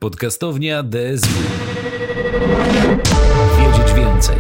Podcastownia DSW. Wiedzieć więcej.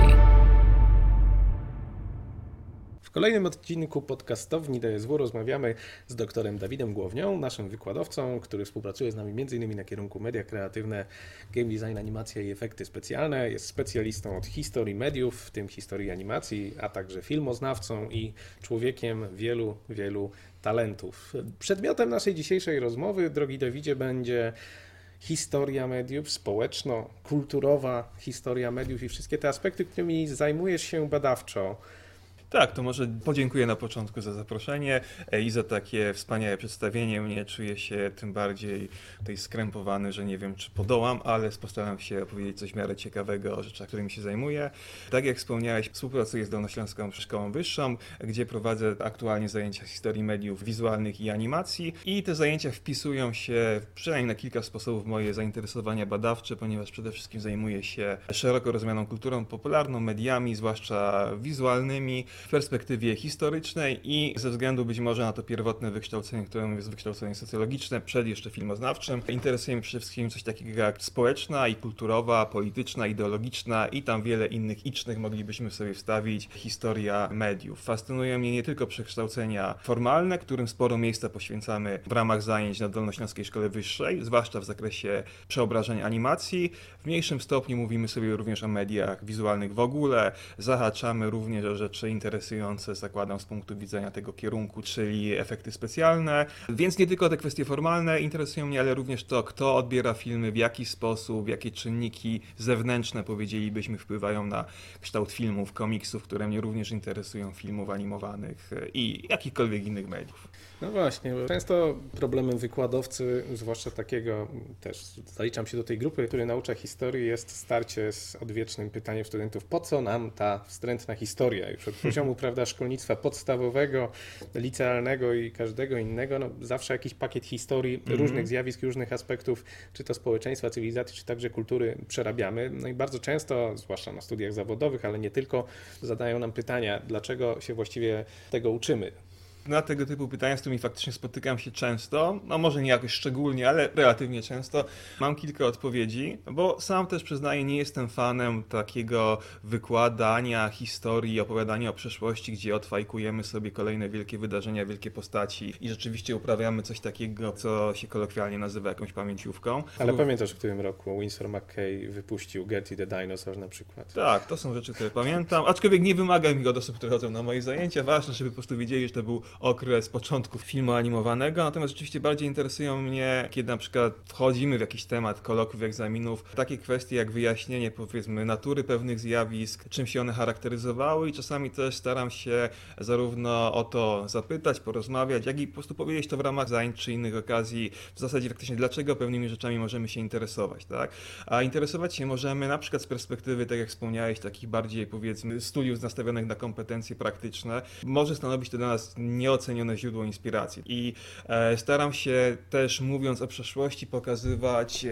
W kolejnym odcinku podcastowni DSW rozmawiamy z doktorem Dawidem Głownią, naszym wykładowcą, który współpracuje z nami m.in. na kierunku media kreatywne, game design, animacja i efekty specjalne. Jest specjalistą od historii mediów, w tym historii animacji, a także filmoznawcą i człowiekiem wielu talentów. Przedmiotem naszej dzisiejszej rozmowy, drogi Dawidzie, będzie historia mediów, społeczno-kulturowa historia mediów i wszystkie te aspekty, którymi zajmujesz się badawczo. Tak, to może podziękuję na początku za zaproszenie i za takie wspaniałe przedstawienie mnie. Czuję się tym bardziej tutaj skrępowany, że nie wiem, czy podołam, ale postaram się opowiedzieć coś w miarę ciekawego o rzeczach, którymi się zajmuję. Tak jak wspomniałeś, współpracuję z Dolnośląską Szkołą Wyższą, gdzie prowadzę aktualnie zajęcia z historii mediów wizualnych i animacji i te zajęcia wpisują się przynajmniej na kilka sposobów w moje zainteresowania badawcze, ponieważ przede wszystkim zajmuję się szeroko rozumianą kulturą popularną, mediami, zwłaszcza wizualnymi, w perspektywie historycznej i ze względu być może na to pierwotne wykształcenie, którym jest wykształcenie socjologiczne, przed jeszcze filmoznawczym, interesuje mnie przede wszystkim coś takiego jak społeczna i kulturowa, polityczna, ideologiczna i tam wiele innych icznych moglibyśmy sobie wstawić historia mediów. Fascynuje mnie nie tylko przekształcenia formalne, którym sporo miejsca poświęcamy w ramach zajęć na Dolnośląskiej Szkole Wyższej, zwłaszcza w zakresie przeobrażeń animacji. W mniejszym stopniu mówimy sobie również o mediach wizualnych w ogóle, zahaczamy również o rzeczy interesujące, zakładam, z punktu widzenia tego kierunku, czyli efekty specjalne. Więc nie tylko te kwestie formalne interesują mnie, ale również to, kto odbiera filmy, w jaki sposób, jakie czynniki zewnętrzne, powiedzielibyśmy, wpływają na kształt filmów, komiksów, które mnie również interesują, filmów animowanych i jakichkolwiek innych mediów. No właśnie, bo często problemem wykładowcy, zwłaszcza takiego, też zaliczam się do tej grupy, który naucza historii, jest starcie z odwiecznym pytaniem studentów, po co nam ta wstrętna historia? Już od poziomu, prawda, szkolnictwa podstawowego, licealnego i każdego innego, no zawsze jakiś pakiet historii różnych zjawisk, różnych aspektów, czy to społeczeństwa, cywilizacji, czy także kultury przerabiamy. No i bardzo często, zwłaszcza na studiach zawodowych, ale nie tylko, zadają nam pytania, dlaczego się właściwie tego uczymy. Na tego typu pytania, z którymi faktycznie spotykam się często, no może nie jakoś szczególnie, ale relatywnie często, mam kilka odpowiedzi, bo sam też przyznaję, nie jestem fanem takiego wykładania historii, opowiadania o przeszłości, gdzie odfajkujemy sobie kolejne wielkie wydarzenia, wielkie postaci i rzeczywiście uprawiamy coś takiego, co się kolokwialnie nazywa jakąś pamięciówką. Ale pamiętasz, w którym roku Winsor McCay wypuścił Gertie the Dinosaur na przykład? Tak, to są rzeczy, które pamiętam, aczkolwiek nie wymagam ich od osób, które chodzą na moje zajęcia. Ważne, żeby po prostu wiedzieli, że to był okres początków filmu animowanego, natomiast rzeczywiście bardziej interesują mnie, kiedy na przykład wchodzimy w jakiś temat kolokwiów, egzaminów, takie kwestie jak wyjaśnienie, powiedzmy, natury pewnych zjawisk, czym się one charakteryzowały i czasami też staram się zarówno o to zapytać, porozmawiać, jak i po prostu powiedzieć to w ramach zajęć czy innych okazji, w zasadzie faktycznie dlaczego pewnymi rzeczami możemy się interesować, tak? A interesować się możemy na przykład z perspektywy, tak jak wspomniałeś, takich bardziej, powiedzmy, studiów nastawionych na kompetencje praktyczne. Może stanowić to dla nas nieocenione źródło inspiracji. I staram się też, mówiąc o przeszłości, pokazywać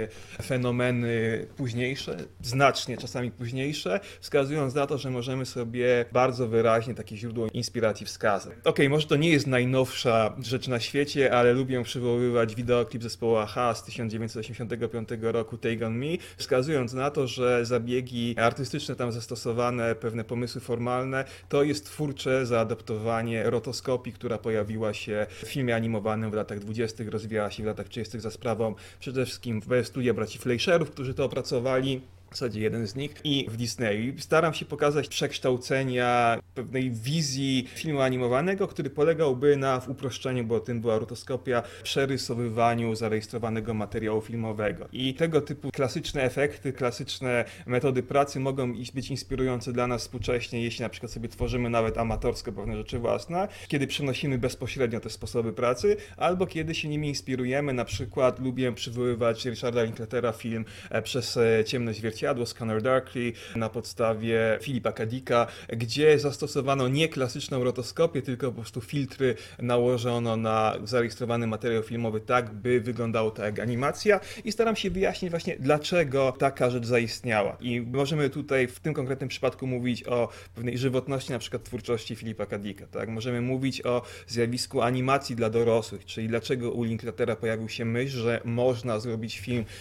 fenomeny późniejsze, znacznie czasami późniejsze, wskazując na to, że możemy sobie bardzo wyraźnie takie źródło inspiracji wskazać. Okej, może to nie jest najnowsza rzecz na świecie, ale lubię przywoływać wideoklip zespołu a-ha z 1985 roku Take On Me, wskazując na to, że zabiegi artystyczne tam zastosowane, pewne pomysły formalne, to jest twórcze zaadaptowanie rotoskopii, która pojawiła się w filmie animowanym w latach 20., rozwijała się w latach 30. za sprawą przede wszystkim studia braci Fleischerów, którzy to opracowali. W zasadzie jeden z nich i w Disneyu. Staram się pokazać przekształcenia pewnej wizji filmu animowanego, który polegałby na, w uproszczeniu, bo tym była rotoskopia, przerysowywaniu zarejestrowanego materiału filmowego. I tego typu klasyczne efekty, klasyczne metody pracy mogą być inspirujące dla nas współcześnie, jeśli na przykład sobie tworzymy nawet amatorsko pewne rzeczy własne, kiedy przenosimy bezpośrednio te sposoby pracy, albo kiedy się nimi inspirujemy. Na przykład lubię przywoływać Richarda Linklatera film Przez ciemne zwierciadło, Scanner Darkly na podstawie Philippa K. Dicka, gdzie zastosowano nie klasyczną rotoskopię, tylko po prostu filtry nałożono na zarejestrowany materiał filmowy tak, by wyglądało to jak animacja i staram się wyjaśnić właśnie, dlaczego taka rzecz zaistniała. I możemy tutaj w tym konkretnym przypadku mówić o pewnej żywotności na przykład twórczości Philippa K. Dicka, tak? Możemy mówić o zjawisku animacji dla dorosłych, czyli dlaczego u Linklatera pojawił się myśl, że można zrobić film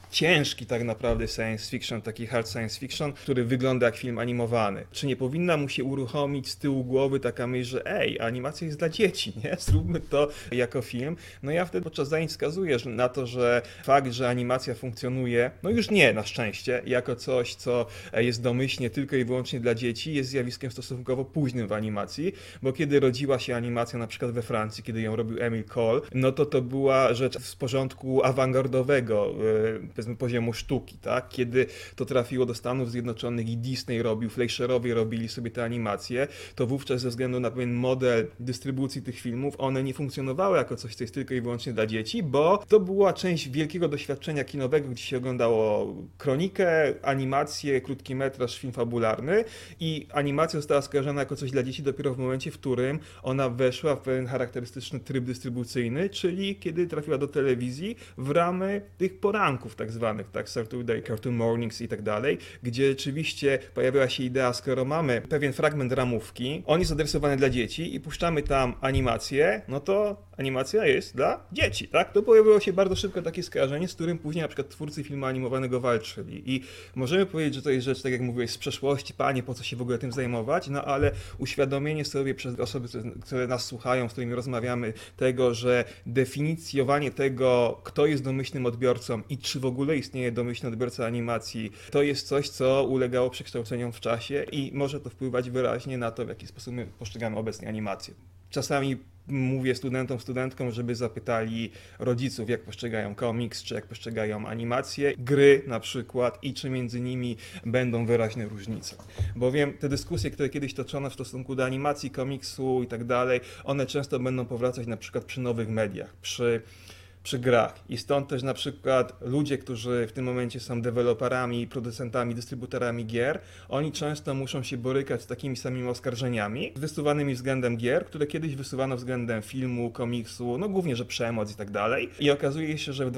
ciężki tak naprawdę science fiction, taki hard science fiction, który wygląda jak film animowany. Czy nie powinna mu się uruchomić z tyłu głowy taka myśl, że animacja jest dla dzieci, nie? Zróbmy to jako film. No ja wtedy podczas zajęć wskazuję na to, że fakt, że animacja funkcjonuje, no już nie na szczęście, jako coś, co jest domyślnie tylko i wyłącznie dla dzieci, jest zjawiskiem stosunkowo późnym w animacji, bo kiedy rodziła się animacja na przykład we Francji, kiedy ją robił Emil Cole, no to była rzecz z porządku awangardowego, powiedzmy poziomu sztuki, tak? Kiedy to trafiło do Stanów Zjednoczonych i Disney robił, Fleischerowie robili sobie te animacje, to wówczas ze względu na pewien model dystrybucji tych filmów, one nie funkcjonowały jako coś, co jest tylko i wyłącznie dla dzieci, bo to była część wielkiego doświadczenia kinowego, gdzie się oglądało kronikę, animację, krótki metraż, film fabularny i animacja została skojarzona jako coś dla dzieci dopiero w momencie, w którym ona weszła w pewien charakterystyczny tryb dystrybucyjny, czyli kiedy trafiła do telewizji w ramy tych poranków tak zwanych, tak, Saturday Cartoon Mornings i tak dalej, gdzie rzeczywiście pojawiała się idea, skoro mamy pewien fragment ramówki, on jest adresowany dla dzieci i puszczamy tam animację, no to animacja jest dla dzieci, tak? To pojawiło się bardzo szybko takie skojarzenie, z którym później na przykład twórcy filmu animowanego walczyli i możemy powiedzieć, że to jest rzecz, tak jak mówiłeś, z przeszłości, panie, po co się w ogóle tym zajmować, no ale uświadomienie sobie przez osoby, które nas słuchają, z którymi rozmawiamy, tego, że definicjowanie tego, kto jest domyślnym odbiorcą i czy w ogóle istnieje domyślny odbiorca animacji, to jest coś, co ulegało przekształceniom w czasie i może to wpływać wyraźnie na to, w jaki sposób my postrzegamy obecnie animację. Czasami mówię studentkom, żeby zapytali rodziców, jak postrzegają komiks, czy jak postrzegają animacje, gry na przykład i czy między nimi będą wyraźne różnice. Bowiem te dyskusje, które kiedyś toczono w stosunku do animacji, komiksu i tak dalej, one często będą powracać na przykład przy nowych mediach, przy grach. I stąd też na przykład ludzie, którzy w tym momencie są deweloperami, producentami, dystrybutorami gier, oni często muszą się borykać z takimi samymi oskarżeniami wysuwanymi względem gier, które kiedyś wysuwano względem filmu, komiksu, no głównie, że przemoc i tak dalej. I okazuje się, że w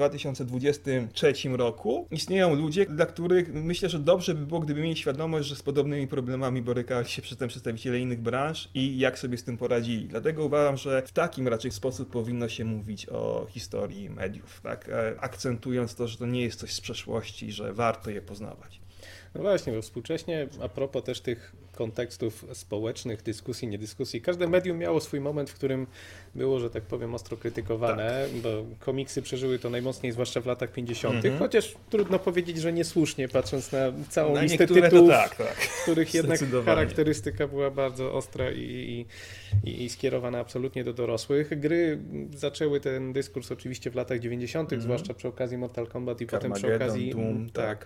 2023 roku istnieją ludzie, dla których myślę, że dobrze by było, gdyby mieli świadomość, że z podobnymi problemami borykali się przedtem przedstawiciele innych branż i jak sobie z tym poradzili. Dlatego uważam, że w takim raczej sposób powinno się mówić o historii mediów, tak? Akcentując to, że to nie jest coś z przeszłości, że warto je poznawać. No właśnie, bo współcześnie, a propos też tych kontekstów społecznych, dyskusji, niedyskusji, każde medium miało swój moment, w którym było, że tak powiem, ostro krytykowane, tak. Bo komiksy przeżyły to najmocniej, zwłaszcza w latach 50., chociaż trudno powiedzieć, że niesłusznie, patrząc na całą listę tytułów, tak. których jednak charakterystyka była bardzo ostra i skierowana absolutnie do dorosłych. Gry zaczęły ten dyskurs oczywiście w latach 90., zwłaszcza przy okazji Mortal Kombat i potem przy okazji Doom,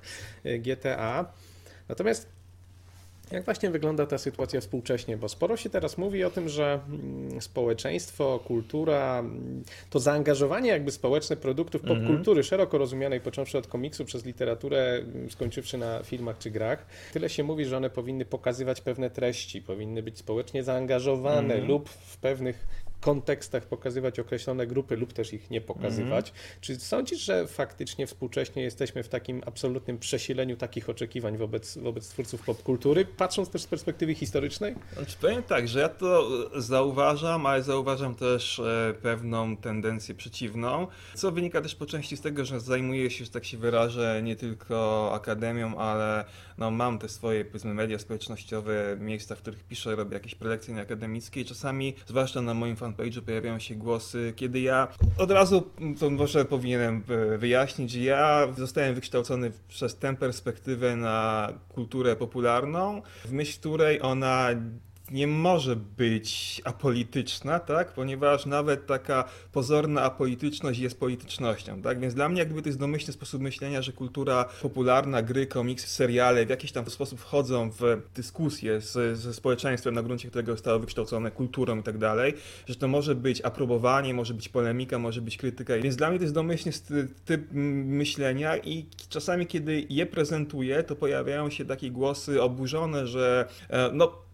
GTA. Natomiast jak właśnie wygląda ta sytuacja współcześnie? Bo sporo się teraz mówi o tym, że społeczeństwo, kultura, to zaangażowanie jakby społeczne produktów popkultury, szeroko rozumianej, począwszy od komiksu przez literaturę, skończywszy na filmach czy grach, tyle się mówi, że one powinny pokazywać pewne treści, powinny być społecznie zaangażowane lub w pewnych kontekstach pokazywać określone grupy lub też ich nie pokazywać. Czy sądzisz, że faktycznie współcześnie jesteśmy w takim absolutnym przesileniu takich oczekiwań wobec twórców popkultury, patrząc też z perspektywy historycznej? Znaczy, powiem tak, że ja to zauważam, ale zauważam też pewną tendencję przeciwną, co wynika też po części z tego, że zajmuję się, że tak się wyrażę, nie tylko akademią, ale no, mam te swoje, powiedzmy, media społecznościowe, miejsca, w których piszę, robię jakieś prelekcje akademickie i czasami, zwłaszcza na moim fanpage'u, pojawiają się głosy, kiedy ja od razu, to może powinienem wyjaśnić, że ja zostałem wykształcony przez tę perspektywę na kulturę popularną, w myśl której ona nie może być apolityczna, tak? Ponieważ nawet taka pozorna apolityczność jest politycznością, tak? Więc dla mnie jakby to jest domyślny sposób myślenia, że kultura popularna, gry, komiksy, seriale w jakiś tam sposób wchodzą w dyskusję ze społeczeństwem, na gruncie którego zostało wykształcone kulturą i tak dalej, że to może być aprobowanie, może być polemika, może być krytyka. Więc dla mnie to jest domyślny typ myślenia i czasami kiedy je prezentuję, to pojawiają się takie głosy oburzone, że no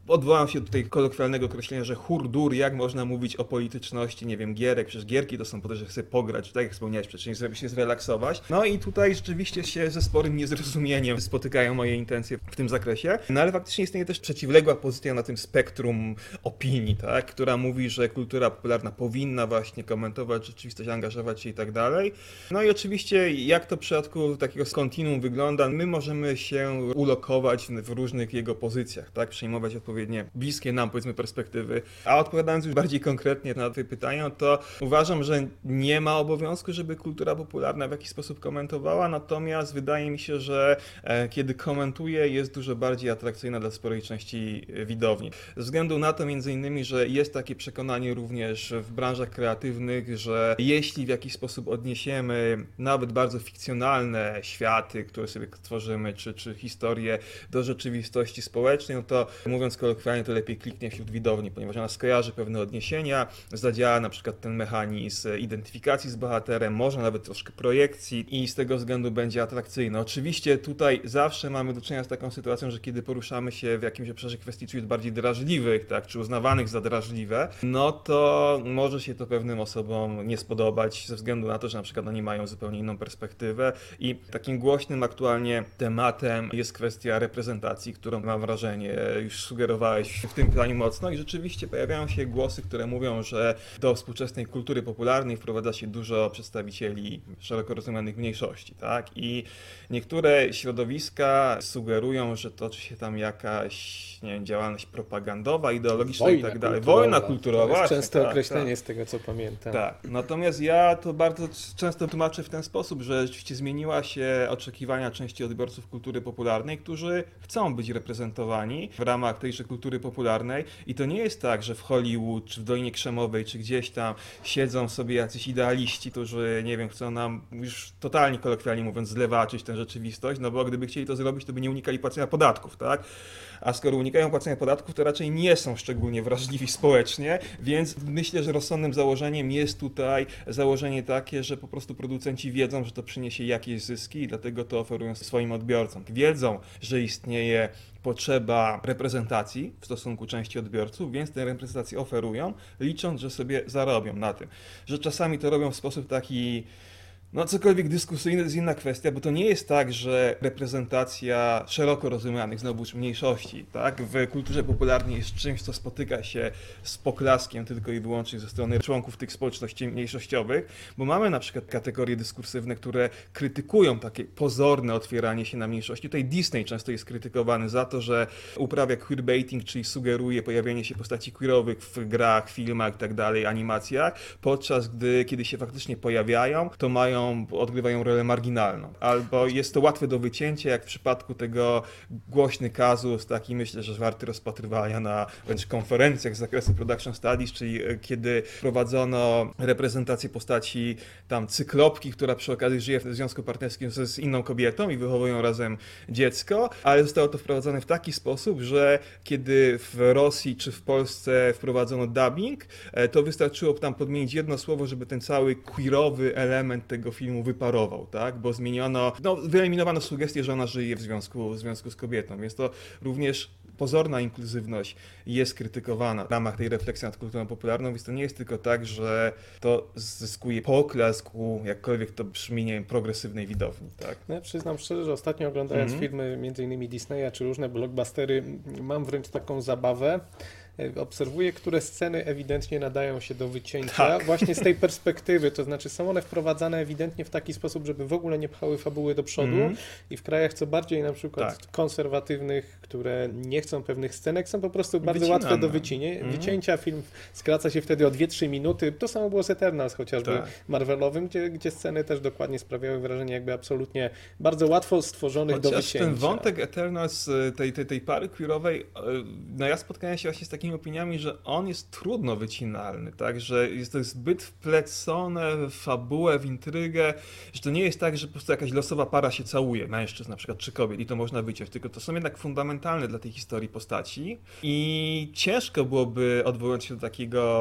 Odwołam się do tutaj kolokwialnego określenia, że hurdur, jak można mówić o polityczności, nie wiem, gierek, przecież gierki to są po to, żeby sobie pograć, tak jak wspomniałeś wcześniej, żeby się zrelaksować. No i tutaj rzeczywiście się ze sporym niezrozumieniem spotykają moje intencje w tym zakresie. No ale faktycznie istnieje też przeciwległa pozycja na tym spektrum opinii, tak, która mówi, że kultura popularna powinna właśnie komentować rzeczywistość, angażować się i tak dalej. No i oczywiście jak to w przypadku takiego kontinuum wygląda, my możemy się ulokować w różnych jego pozycjach, tak, przejmować odpowiednie bliskie nam, powiedzmy, perspektywy. A odpowiadając już bardziej konkretnie na te pytania, to uważam, że nie ma obowiązku, żeby kultura popularna w jakiś sposób komentowała, natomiast wydaje mi się, że kiedy komentuje, jest dużo bardziej atrakcyjna dla sporej części widowni. Ze względu na to między innymi, że jest takie przekonanie również w branżach kreatywnych, że jeśli w jakiś sposób odniesiemy nawet bardzo fikcjonalne światy, które sobie tworzymy, czy historie do rzeczywistości społecznej, no to mówiąc kolokwialnie, to lepiej kliknie wśród widowni, ponieważ ona skojarzy pewne odniesienia, zadziała na przykład ten mechanizm identyfikacji z bohaterem, może nawet troszkę projekcji i z tego względu będzie atrakcyjny. Oczywiście tutaj zawsze mamy do czynienia z taką sytuacją, że kiedy poruszamy się w jakimś obszarze kwestii ciut bardziej drażliwych, tak, czy uznawanych za drażliwe, no to może się to pewnym osobom nie spodobać ze względu na to, że na przykład oni mają zupełnie inną perspektywę i takim głośnym aktualnie tematem jest kwestia reprezentacji, którą mam wrażenie już sugerowałeś w tym planie mocno i rzeczywiście pojawiają się głosy, które mówią, że do współczesnej kultury popularnej wprowadza się dużo przedstawicieli szeroko rozumianych mniejszości, tak? I niektóre środowiska sugerują, że toczy się tam jakaś, nie wiem, działalność propagandowa, ideologiczna i tak dalej. Wojna kulturowa. To jest częste tak, określenie tak. z tego, co pamiętam. Tak, natomiast ja to bardzo często tłumaczę w ten sposób, że rzeczywiście zmieniła się oczekiwania części odbiorców kultury popularnej, którzy chcą być reprezentowani w ramach tejże kultury popularnej i to nie jest tak, że w Hollywood, czy w Dolinie Krzemowej, czy gdzieś tam siedzą sobie jacyś idealiści, którzy, nie wiem, chcą nam już totalnie kolokwialnie mówiąc zlewaczyć tę rzeczywistość, no bo gdyby chcieli to zrobić, to by nie unikali płacenia podatków, tak? A skoro unikają płacenia podatków, to raczej nie są szczególnie wrażliwi społecznie, więc myślę, że rozsądnym założeniem jest tutaj założenie takie, że po prostu producenci wiedzą, że to przyniesie jakieś zyski i dlatego to oferują swoim odbiorcom. Wiedzą, że istnieje potrzeba reprezentacji w stosunku części odbiorców, więc tę reprezentację oferują, licząc, że sobie zarobią na tym. Że czasami to robią w sposób taki, no cokolwiek dyskusyjny, to jest inna kwestia, bo to nie jest tak, że reprezentacja szeroko rozumianych, znowuż mniejszości, tak, w kulturze popularnej jest czymś, co spotyka się z poklaskiem tylko i wyłącznie ze strony członków tych społeczności mniejszościowych, bo mamy na przykład kategorie dyskursywne, które krytykują takie pozorne otwieranie się na mniejszości. Tutaj Disney często jest krytykowany za to, że uprawia queerbaiting, czyli sugeruje pojawienie się postaci queerowych w grach, filmach i tak dalej, animacjach, podczas gdy, kiedy się faktycznie pojawiają, to odgrywają rolę marginalną. Albo jest to łatwe do wycięcia, jak w przypadku tego głośny kazus, taki myślę, że warty rozpatrywania na wręcz konferencjach z zakresu production studies, czyli kiedy prowadzono reprezentację postaci tam cyklopki, która przy okazji żyje w związku partnerskim z inną kobietą i wychowują razem dziecko, ale zostało to wprowadzone w taki sposób, że kiedy w Rosji czy w Polsce wprowadzono dubbing, to wystarczyło tam podmienić jedno słowo, żeby ten cały queerowy element tego filmu wyparował, tak? Bo zmieniono, wyeliminowano sugestię, że ona żyje w związku z kobietą, więc to również pozorna inkluzywność jest krytykowana w ramach tej refleksji nad kulturą popularną, więc to nie jest tylko tak, że to zyskuje poklask u, jakkolwiek to brzmi, nie wiem, progresywnej widowni, tak? No ja przyznam szczerze, że ostatnio oglądając filmy m.in. Disneya czy różne blockbustery, mam wręcz taką zabawę. Obserwuję, które sceny ewidentnie nadają się do wycięcia, tak, właśnie z tej perspektywy, to znaczy są one wprowadzane ewidentnie w taki sposób, żeby w ogóle nie pchały fabuły do przodu i w krajach co bardziej na przykład konserwatywnych, które nie chcą pewnych scenek, są po prostu bardzo łatwe do wycięcia. Film skraca się wtedy o 2-3 minuty. To samo było z Eternals chociażby Marvelowym, gdzie sceny też dokładnie sprawiały wrażenie jakby absolutnie bardzo łatwo stworzonych do wycięcia. Ten wątek Eternals, tej pary queerowej, no ja spotkałem się właśnie z takimi opiniami, że on jest trudno wycinalny, tak, że jest to zbyt wplecone w fabułę, w intrygę, że to nie jest tak, że po prostu jakaś losowa para się całuje, mężczyzn na przykład, czy kobiet i to można wyciąć, tylko to są jednak fundamentalne dla tej historii postaci i ciężko byłoby, odwołując się do takiego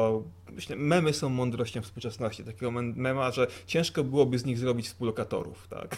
myślę, memy są mądrością współczesności. Takiego mema, że ciężko byłoby z nich zrobić współlokatorów, tak?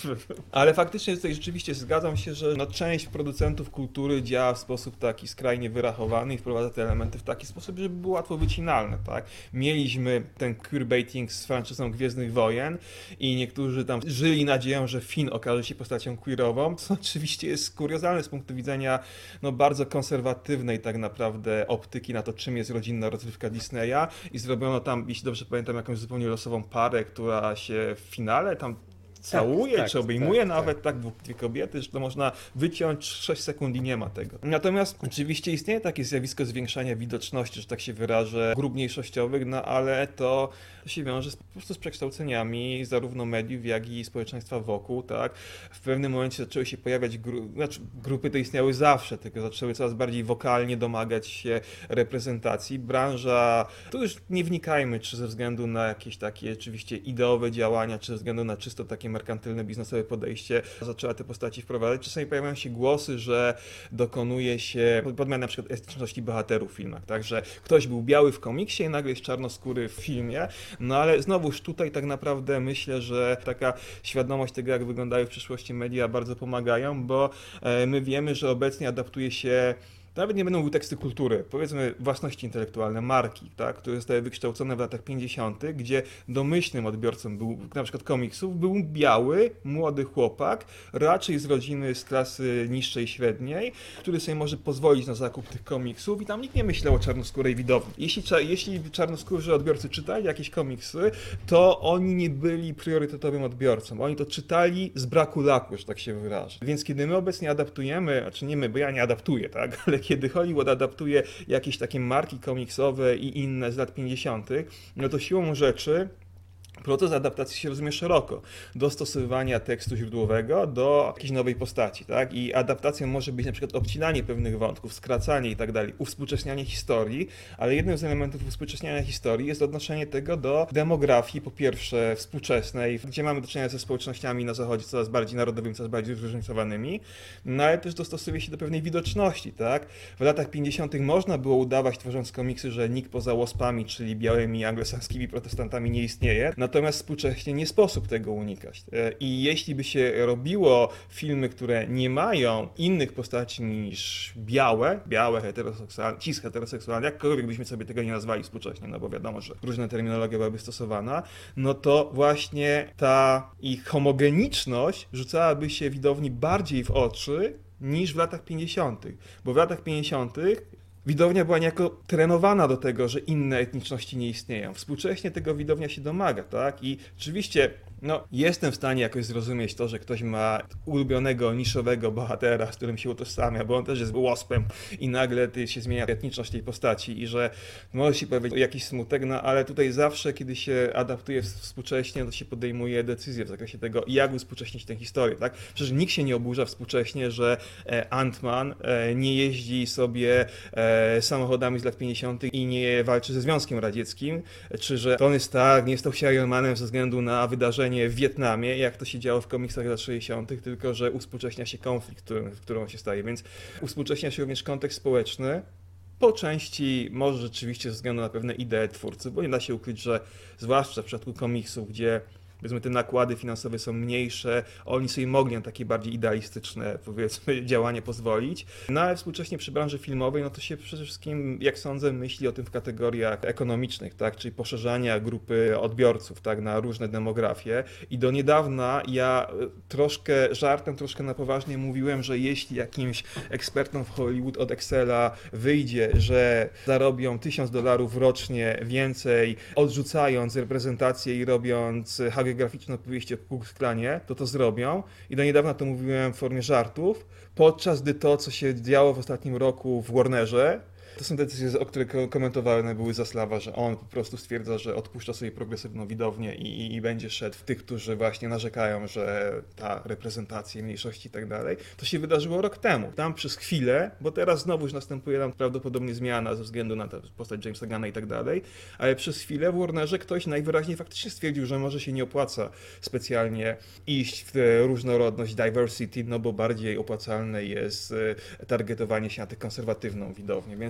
Ale faktycznie tutaj rzeczywiście zgadzam się, że no, część producentów kultury działa w sposób taki skrajnie wyrachowany i wprowadza te elementy w taki sposób, żeby było łatwo wycinalne, tak? Mieliśmy ten queerbaiting z franczyzą Gwiezdnych Wojen i niektórzy tam żyli nadzieją, że Finn okaże się postacią queerową, co oczywiście jest kuriozalne z punktu widzenia no, bardzo konserwatywnej tak naprawdę optyki na to, czym jest rodzinna rozrywka Disneya i zrobiono tam, jeśli dobrze pamiętam, jakąś zupełnie losową parę, która się w finale tam całuje, czy obejmuje nawet tak dwie kobiety, że to można wyciąć 6 sekund i nie ma tego. Natomiast oczywiście istnieje takie zjawisko zwiększania widoczności, że tak się wyrażę, grup mniejszościowych, no ale to się wiąże po prostu z przekształceniami zarówno mediów, jak i społeczeństwa wokół, tak. W pewnym momencie zaczęły się pojawiać grupy te istniały zawsze, tylko zaczęły coraz bardziej wokalnie domagać się reprezentacji. Branża, tu już nie wnikajmy, czy ze względu na jakieś takie oczywiście ideowe działania, czy ze względu na czysto takie merkantylne, biznesowe podejście, zaczęła te postaci wprowadzać. Czasami pojawiają się głosy, że dokonuje się podmiany na przykład etniczności bohaterów w filmach, tak, że ktoś był biały w komiksie i nagle jest czarnoskóry w filmie, no ale znowuż tutaj tak naprawdę myślę, że taka świadomość tego, jak wyglądały w przyszłości media bardzo pomagają, bo my wiemy, że obecnie adaptuje się nawet nie będą były teksty kultury, powiedzmy własności intelektualne, marki, tak, które zostały wykształcone w latach 50., gdzie domyślnym odbiorcą był, na przykład komiksów, był biały, młody chłopak, raczej z rodziny z klasy niższej, średniej, który sobie może pozwolić na zakup tych komiksów i tam nikt nie myślał o czarnoskórej widowni. Jeśli czarnoskórzy odbiorcy czytali jakieś komiksy, to oni nie byli priorytetowym odbiorcą. Oni to czytali z braku laku, że tak się wyrażę. Więc kiedy my obecnie adaptujemy, znaczy nie my, bo ja nie adaptuję, tak, ale kiedy Hollywood adaptuje jakieś takie marki komiksowe i inne z lat 50., no to siłą rzeczy proces adaptacji się rozumie szeroko, dostosowywania tekstu źródłowego do jakiejś nowej postaci, tak? I adaptacją może być na przykład obcinanie pewnych wątków, skracanie i tak dalej, uwspółcześnianie historii, ale jednym z elementów uwspółcześniania historii jest odnoszenie tego do demografii, po pierwsze współczesnej, gdzie mamy do czynienia ze społecznościami na zachodzie coraz bardziej narodowymi, coraz bardziej zróżnicowanymi, no ale też dostosuje się do pewnej widoczności, tak? W latach 50. można było udawać, tworząc komiksy, że nikt poza łospami, czyli białymi anglosaskimi protestantami nie istnieje, natomiast współcześnie nie sposób tego unikać. I jeśli by się robiło filmy, które nie mają innych postaci niż białe, heteroseksualne, cis heteroseksualne, jakkolwiek byśmy sobie tego nie nazwali współcześnie, no bo wiadomo, że różna terminologia byłaby stosowana, no to właśnie ta ich homogeniczność rzucałaby się widowni bardziej w oczy niż w latach 50. Bo w latach 50. widownia była niejako trenowana do tego, że inne etniczności nie istnieją. Współcześnie tego widownia się domaga, tak? I oczywiście, no, jestem w stanie jakoś zrozumieć to, że ktoś ma ulubionego, niszowego bohatera, z którym się utożsamia, bo on też jest łospem i nagle się zmienia etniczność tej postaci i że może się pojawić jakiś smutek, no ale tutaj zawsze, kiedy się adaptuje współcześnie, to się podejmuje decyzje w zakresie tego, jak uspółcześnić tę historię, tak? Przecież nikt się nie oburza współcześnie, że Ant-Man nie jeździ sobie samochodami z lat 50. i nie walczy ze Związkiem Radzieckim, czy że Tony Stark nie stał się Iron Manem ze względu na wydarzenie w Wietnamie, jak to się działo w komiksach lat 60., tylko że uspółcześnia się konflikt, w którym się staje, więc uspółcześnia się również kontekst społeczny, po części może rzeczywiście ze względu na pewne idee twórców, bo nie da się ukryć, że zwłaszcza w przypadku komiksów, gdzie powiedzmy te nakłady finansowe są mniejsze, oni sobie mogli na takie bardziej idealistyczne, powiedzmy, działanie pozwolić. No ale współcześnie przy branży filmowej, no to się przede wszystkim, jak sądzę, myśli o tym w kategoriach ekonomicznych, tak, czyli poszerzania grupy odbiorców, tak, na różne demografie. I do niedawna ja troszkę żartem, troszkę na poważnie mówiłem, że jeśli jakimś ekspertom w Hollywood od Excela wyjdzie, że zarobią $1000 rocznie więcej, odrzucając reprezentację i robiąc graficzną opowieści o Ku Klux Klanie, to zrobią. I do niedawna to mówiłem w formie żartów, podczas gdy to, co się działo w ostatnim roku w Warnerze, to są decyzje, o które komentowane były Zaslawa, że on po prostu stwierdza, że odpuszcza sobie progresywną widownię i będzie szedł w tych, którzy właśnie narzekają, że ta reprezentacja mniejszości i tak dalej. To się wydarzyło rok temu. Tam przez chwilę, bo teraz znowuż następuje nam prawdopodobnie zmiana ze względu na tę postać Jamesa Gunna i tak dalej, ale przez chwilę w Warnerze ktoś najwyraźniej faktycznie stwierdził, że może się nie opłaca specjalnie iść w różnorodność, diversity, no bo bardziej opłacalne jest targetowanie się na tę konserwatywną widownię. Więc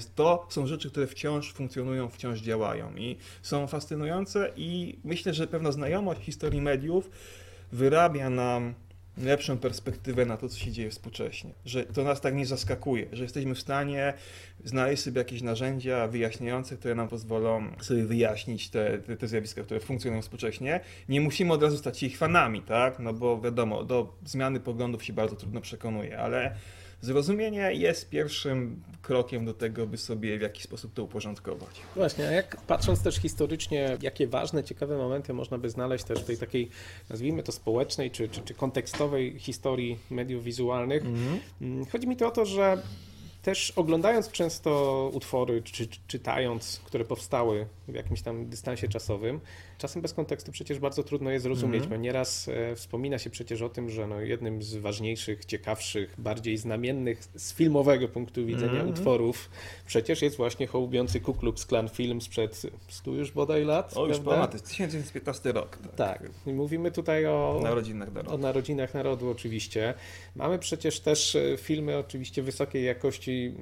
Natomiast to są rzeczy, które wciąż funkcjonują, wciąż działają i są fascynujące i myślę, że pewna znajomość historii mediów wyrabia nam lepszą perspektywę na to, co się dzieje współcześnie. Że to nas tak nie zaskakuje, że jesteśmy w stanie znaleźć sobie jakieś narzędzia wyjaśniające, które nam pozwolą sobie wyjaśnić te zjawiska, które funkcjonują współcześnie. Nie musimy od razu stać się ich fanami, tak? No bo wiadomo, do zmiany poglądów się bardzo trudno przekonuje, ale zrozumienie jest pierwszym krokiem do tego, by sobie w jakiś sposób to uporządkować. Właśnie, a jak patrząc też historycznie, jakie ważne, ciekawe momenty można by znaleźć też w tej takiej, nazwijmy to społecznej czy kontekstowej historii mediów wizualnych. Chodzi mi to o to, że też oglądając często utwory, czy czytając, które powstały w jakimś tam dystansie czasowym, czasem bez kontekstu przecież bardzo trudno je zrozumieć, bo nieraz wspomina się przecież o tym, że no jednym z ważniejszych, ciekawszych, bardziej znamiennych z filmowego punktu widzenia utworów przecież jest właśnie hołubiący Ku Klux Klan film sprzed 100 już bodaj lat. O, już prawda? ponad, to jest 1915 rok. Tak. I mówimy tutaj o Narodzinach Narodu oczywiście. Mamy przecież też filmy oczywiście wysokiej jakości,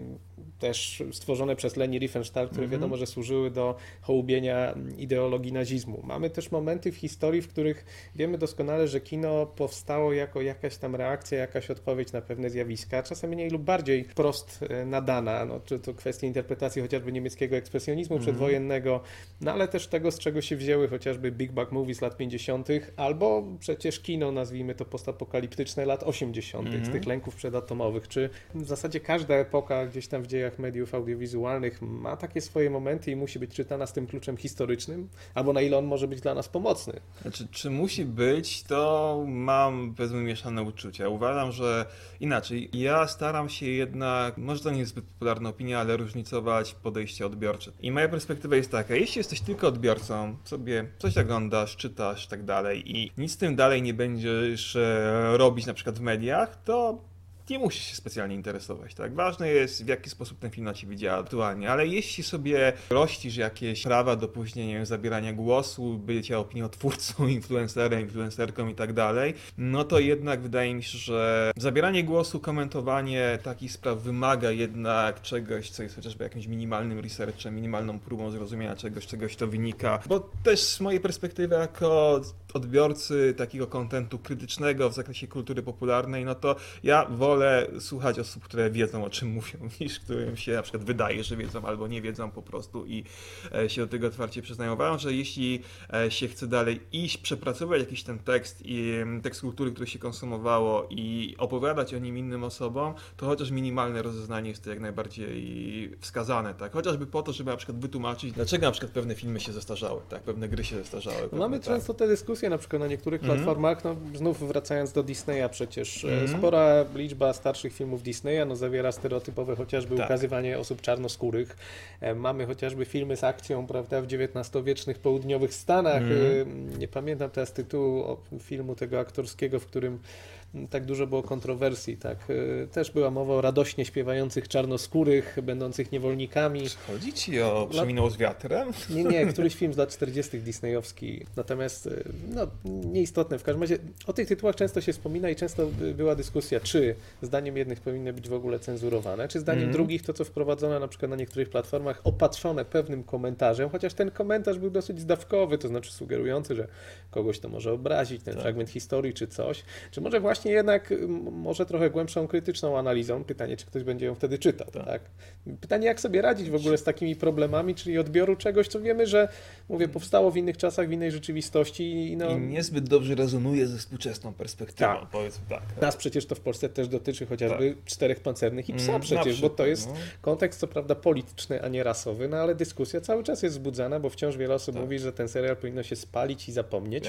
też stworzone przez Leni Riefenstahl, które wiadomo, że służyły do hołubienia ideologii nazizmu. Mamy też momenty w historii, w których wiemy doskonale, że kino powstało jako jakaś tam reakcja, jakaś odpowiedź na pewne zjawiska, czasem mniej lub bardziej wprost nadana, no, czy to kwestie interpretacji chociażby niemieckiego ekspresjonizmu przedwojennego, no ale też tego, z czego się wzięły chociażby Big Bang Movies lat 50., albo przecież kino, nazwijmy to postapokaliptyczne lat 80., z tych lęków przedatomowych, czy w zasadzie każda epoka gdzieś tam w dziejach mediów audiowizualnych ma takie swoje momenty i musi być czytana z tym kluczem historycznym, albo na ile on może być dla nas pomocny. Znaczy, czy musi być, to mam powiedzmy mieszane uczucia. Uważam, że inaczej. Ja staram się jednak, może to nie jest zbyt popularna opinia, ale różnicować podejście odbiorcze. I moja perspektywa jest taka, jeśli jesteś tylko odbiorcą, sobie coś oglądasz, czytasz i tak dalej i nic z tym dalej nie będziesz robić na przykład w mediach, to nie musisz się specjalnie interesować, tak? Ważne jest, w jaki sposób ten film na ciebie działa aktualnie, ale jeśli sobie rościsz jakieś prawa do później, nie wiem, zabierania głosu, bycia opiniotwórcą, influencerem, influencerką i tak dalej, no to jednak wydaje mi się, że zabieranie głosu, komentowanie takich spraw wymaga jednak czegoś, co jest chociażby jakimś minimalnym researchem, minimalną próbą zrozumienia czegoś to wynika, bo też z mojej perspektywy jako odbiorcy takiego kontentu krytycznego w zakresie kultury popularnej, no to ja wolę słuchać osób, które wiedzą, o czym mówią, niż którym się na przykład wydaje, że wiedzą albo nie wiedzą po prostu i się do tego otwarcie przyznają. Uważam, że jeśli się chce dalej iść, przepracować jakiś ten tekst i tekst kultury, który się konsumowało i opowiadać o nim innym osobom, to chociaż minimalne rozeznanie jest to jak najbardziej wskazane, tak? Chociażby po to, żeby na przykład wytłumaczyć, dlaczego na przykład pewne filmy się zestarzały, tak? Pewne gry się zestarzały. Mamy często te dyskusje na przykład na niektórych platformach, no znów wracając do Disneya przecież, spora liczba starszych filmów Disneya no, zawiera stereotypowe chociażby ukazywanie osób czarnoskórych. Mamy chociażby filmy z akcją, prawda, w XIX-wiecznych południowych Stanach. Nie pamiętam teraz tytułu filmu tego aktorskiego, w którym tak dużo było kontrowersji, tak. Też była mowa o radośnie śpiewających czarnoskórych, będących niewolnikami. Chodzi ci o Przeminął z wiatrem? Nie, któryś film z lat 40. disneyowski. Natomiast, no, nieistotne. W każdym razie o tych tytułach często się wspomina i często była dyskusja, czy zdaniem jednych powinny być w ogóle cenzurowane, czy zdaniem drugich to, co wprowadzono na przykład na niektórych platformach, opatrzone pewnym komentarzem, chociaż ten komentarz był dosyć zdawkowy, to znaczy sugerujący, że kogoś to może obrazić, ten fragment historii czy coś, czy może właśnie jednak może trochę głębszą, krytyczną analizą. Pytanie, czy ktoś będzie ją wtedy czytał, tak? Pytanie, jak sobie radzić w ogóle z takimi problemami, czyli odbioru czegoś, co wiemy, że, mówię, powstało w innych czasach, w innej rzeczywistości. No... I niezbyt dobrze rezonuje ze współczesną perspektywą, powiedzmy tak. Nas przecież to w Polsce też dotyczy chociażby Czterech Pancernych i Psa przecież, bo to jest kontekst co prawda polityczny, a nie rasowy, no ale dyskusja cały czas jest wzbudzana, bo wciąż wiele osób mówi, że ten serial powinno się spalić i zapomnieć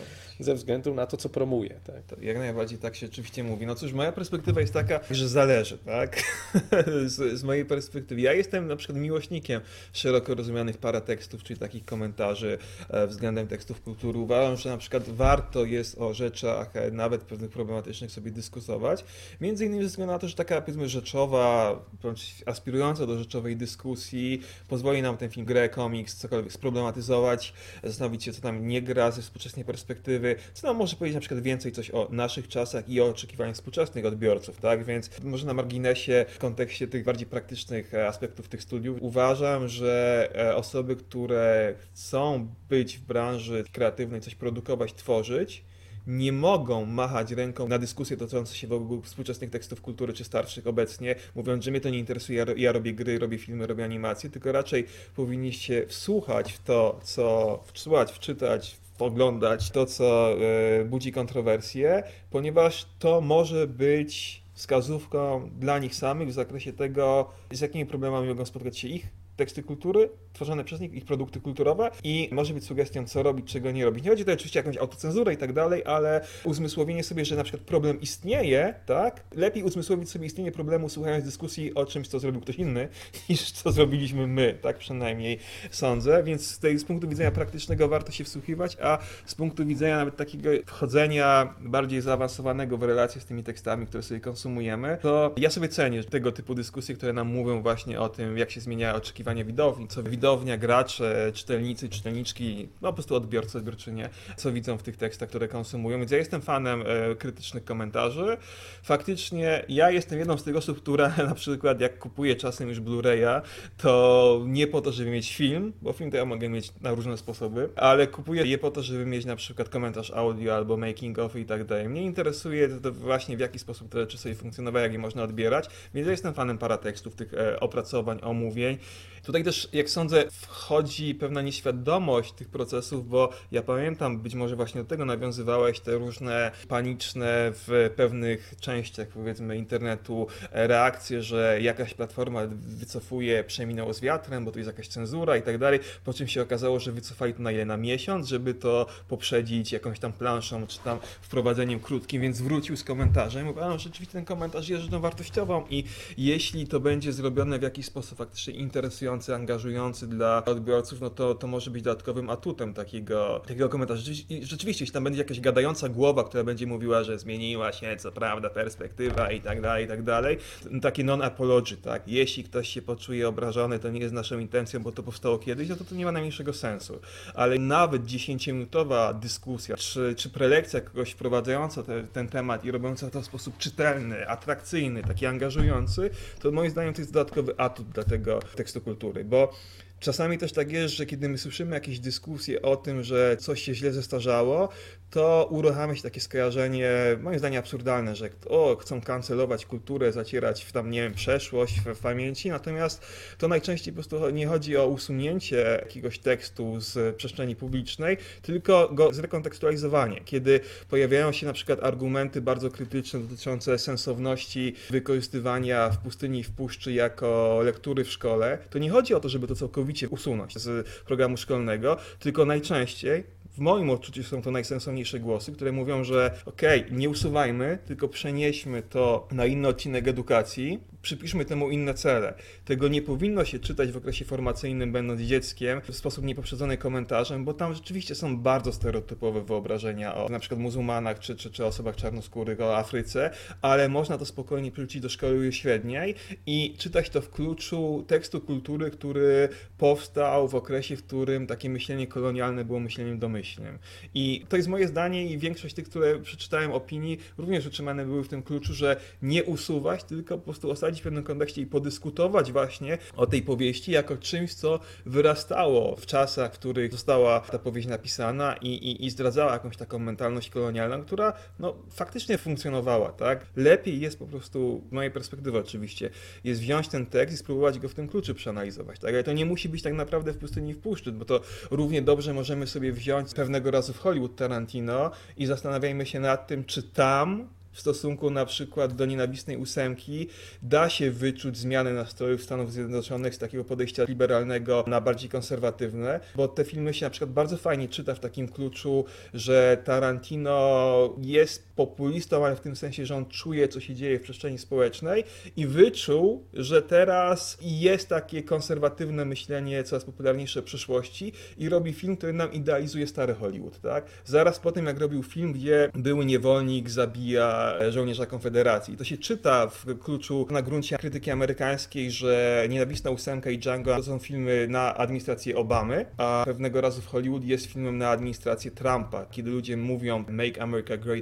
ze względu na to, co promuje. Tak? Jak najbardziej tak się oczywiście mówi. No cóż, moja perspektywa jest taka, że zależy, tak? z mojej perspektywy. Ja jestem na przykład miłośnikiem szeroko rozumianych paratekstów, czyli takich komentarzy względem tekstów kultury. Uważam, że na przykład warto jest o rzeczach nawet pewnych problematycznych sobie dyskutować. Między innymi ze względu na to, że taka powiedzmy rzeczowa, aspirująca do rzeczowej dyskusji pozwoli nam ten film, grę, komiks, cokolwiek sproblematyzować, zastanowić się, co tam nie gra ze współczesnej perspektywy, co nam może powiedzieć na przykład więcej coś o naszych czasach, czasach i o oczekiwaniach współczesnych odbiorców, tak? Więc może na marginesie w kontekście tych bardziej praktycznych aspektów tych studiów uważam, że osoby, które chcą być w branży kreatywnej, coś produkować, tworzyć, nie mogą machać ręką na dyskusje dotyczące się w ogóle współczesnych tekstów kultury czy starszych obecnie, mówiąc, że mnie to nie interesuje, ja robię gry, robię filmy, robię animacje, tylko raczej powinniście wsłuchać w to, co wsłuchać, wczytać, oglądać to, co budzi kontrowersje, ponieważ to może być wskazówką dla nich samych w zakresie tego, z jakimi problemami mogą spotkać się ich teksty kultury, tworzone przez nich, ich produkty kulturowe i może być sugestią, co robić, czego nie robić. Nie chodzi tutaj oczywiście o jakąś autocenzurę i tak dalej, ale uzmysłowienie sobie, że na przykład problem istnieje, tak? Lepiej uzmysłowić sobie istnienie problemu, słuchając dyskusji o czymś, co zrobił ktoś inny, niż co zrobiliśmy my, tak przynajmniej sądzę, więc z punktu widzenia praktycznego warto się wsłuchiwać, a z punktu widzenia nawet takiego wchodzenia bardziej zaawansowanego w relacje z tymi tekstami, które sobie konsumujemy, to ja sobie cenię tego typu dyskusje, które nam mówią właśnie o tym, jak się zmienia oczekiwania widowni, co widownia, gracze, czytelnicy, czytelniczki, no po prostu odbiorcy, odbiorczynie, co widzą w tych tekstach, które konsumują. Więc ja jestem fanem krytycznych komentarzy. Faktycznie ja jestem jedną z tych osób, która na przykład jak kupuje czasem już Blu-raya, to nie po to, żeby mieć film, bo film to ja mogę mieć na różne sposoby, ale kupuję je po to, żeby mieć na przykład komentarz audio albo making of i tak dalej. Mnie interesuje to właśnie w jaki sposób te rzeczy sobie funkcjonowały, jak je można odbierać, więc ja jestem fanem paratekstów, tych opracowań, omówień. Tutaj też, jak sądzę, wchodzi pewna nieświadomość tych procesów, bo ja pamiętam, być może właśnie do tego nawiązywałeś, te różne paniczne w pewnych częściach, powiedzmy, internetu reakcje, że jakaś platforma wycofuje Przeminęło z wiatrem, bo to jest jakaś cenzura i tak dalej, po czym się okazało, że wycofali to na ile? Na miesiąc, żeby to poprzedzić jakąś tam planszą, czy tam wprowadzeniem krótkim, więc wrócił z komentarzem. Mówię, no rzeczywiście ten komentarz jest rzeczą wartościową i jeśli to będzie zrobione w jakiś sposób faktycznie interesujący, angażujący dla odbiorców, no to może być dodatkowym atutem takiego komentarza. Rzeczywiście, jeśli tam będzie jakaś gadająca głowa, która będzie mówiła, że zmieniła się, co prawda, perspektywa i tak dalej, takie non-apology, tak? Jeśli ktoś się poczuje obrażony, to nie jest naszą intencją, bo to powstało kiedyś, no to nie ma najmniejszego sensu. Ale nawet 10-minutowa dyskusja, czy prelekcja kogoś wprowadzająca ten temat i robiąca to w sposób czytelny, atrakcyjny, taki angażujący, to moim zdaniem to jest dodatkowy atut dla tego tekstu kultury, bo czasami też tak jest, że kiedy my słyszymy jakieś dyskusje o tym, że coś się źle zestarzało, to uruchamia się takie skojarzenie, moim zdaniem absurdalne, że chcą kancelować kulturę, zacierać w tam, nie wiem, przeszłość w pamięci, natomiast to najczęściej po prostu nie chodzi o usunięcie jakiegoś tekstu z przestrzeni publicznej, tylko go zrekontekstualizowanie. Kiedy pojawiają się na przykład argumenty bardzo krytyczne dotyczące sensowności wykorzystywania w pustyni i w puszczy jako lektury w szkole, to nie chodzi o to, żeby to całkowicie usunąć z programu szkolnego, tylko najczęściej w moim odczuciu są to najsensowniejsze głosy, które mówią, że nie usuwajmy, tylko przenieśmy to na inny odcinek edukacji, przypiszmy temu inne cele. Tego nie powinno się czytać w okresie formacyjnym, będąc dzieckiem, w sposób niepoprzedzony komentarzem, bo tam rzeczywiście są bardzo stereotypowe wyobrażenia o na przykład muzułmanach czy osobach czarnoskórych, o Afryce, ale można to spokojnie wrócić do szkoły średniej i czytać to w kluczu tekstu kultury, który powstał w okresie, w którym takie myślenie kolonialne było myśleniem domyślnym. I to jest moje zdanie i większość tych, które przeczytałem opinii, również utrzymane były w tym kluczu, że nie usuwać, tylko po prostu osadzić w pewnym kontekście i podyskutować właśnie o tej powieści jako czymś, co wyrastało w czasach, w których została ta powieść napisana i zdradzała jakąś taką mentalność kolonialną, która faktycznie funkcjonowała, tak? Lepiej jest po prostu, z mojej perspektywy oczywiście, jest wziąć ten tekst i spróbować go w tym kluczu przeanalizować, tak? Ale to nie musi być tak naprawdę w pustyni i w puszczy, bo to równie dobrze możemy sobie wziąć pewnego razu w Hollywood Tarantino i zastanawiajmy się nad tym, czy tam w stosunku na przykład do Nienawistnej ósemki da się wyczuć zmiany nastrojów Stanów Zjednoczonych z takiego podejścia liberalnego na bardziej konserwatywne, bo te filmy się na przykład bardzo fajnie czyta w takim kluczu, że Tarantino jest populistą, ale w tym sensie, że on czuje, co się dzieje w przestrzeni społecznej i wyczuł, że teraz jest takie konserwatywne myślenie coraz popularniejsze w przyszłości i robi film, który nam idealizuje stary Hollywood, tak? Zaraz po tym, jak robił film, gdzie były niewolnik zabija żołnierza Konfederacji. I to się czyta w kluczu na gruncie krytyki amerykańskiej, że Nienawistna ósemka i Django to są filmy na administrację Obamy, a pewnego razu w Hollywood jest filmem na administrację Trumpa, kiedy ludzie mówią Make America Great Again.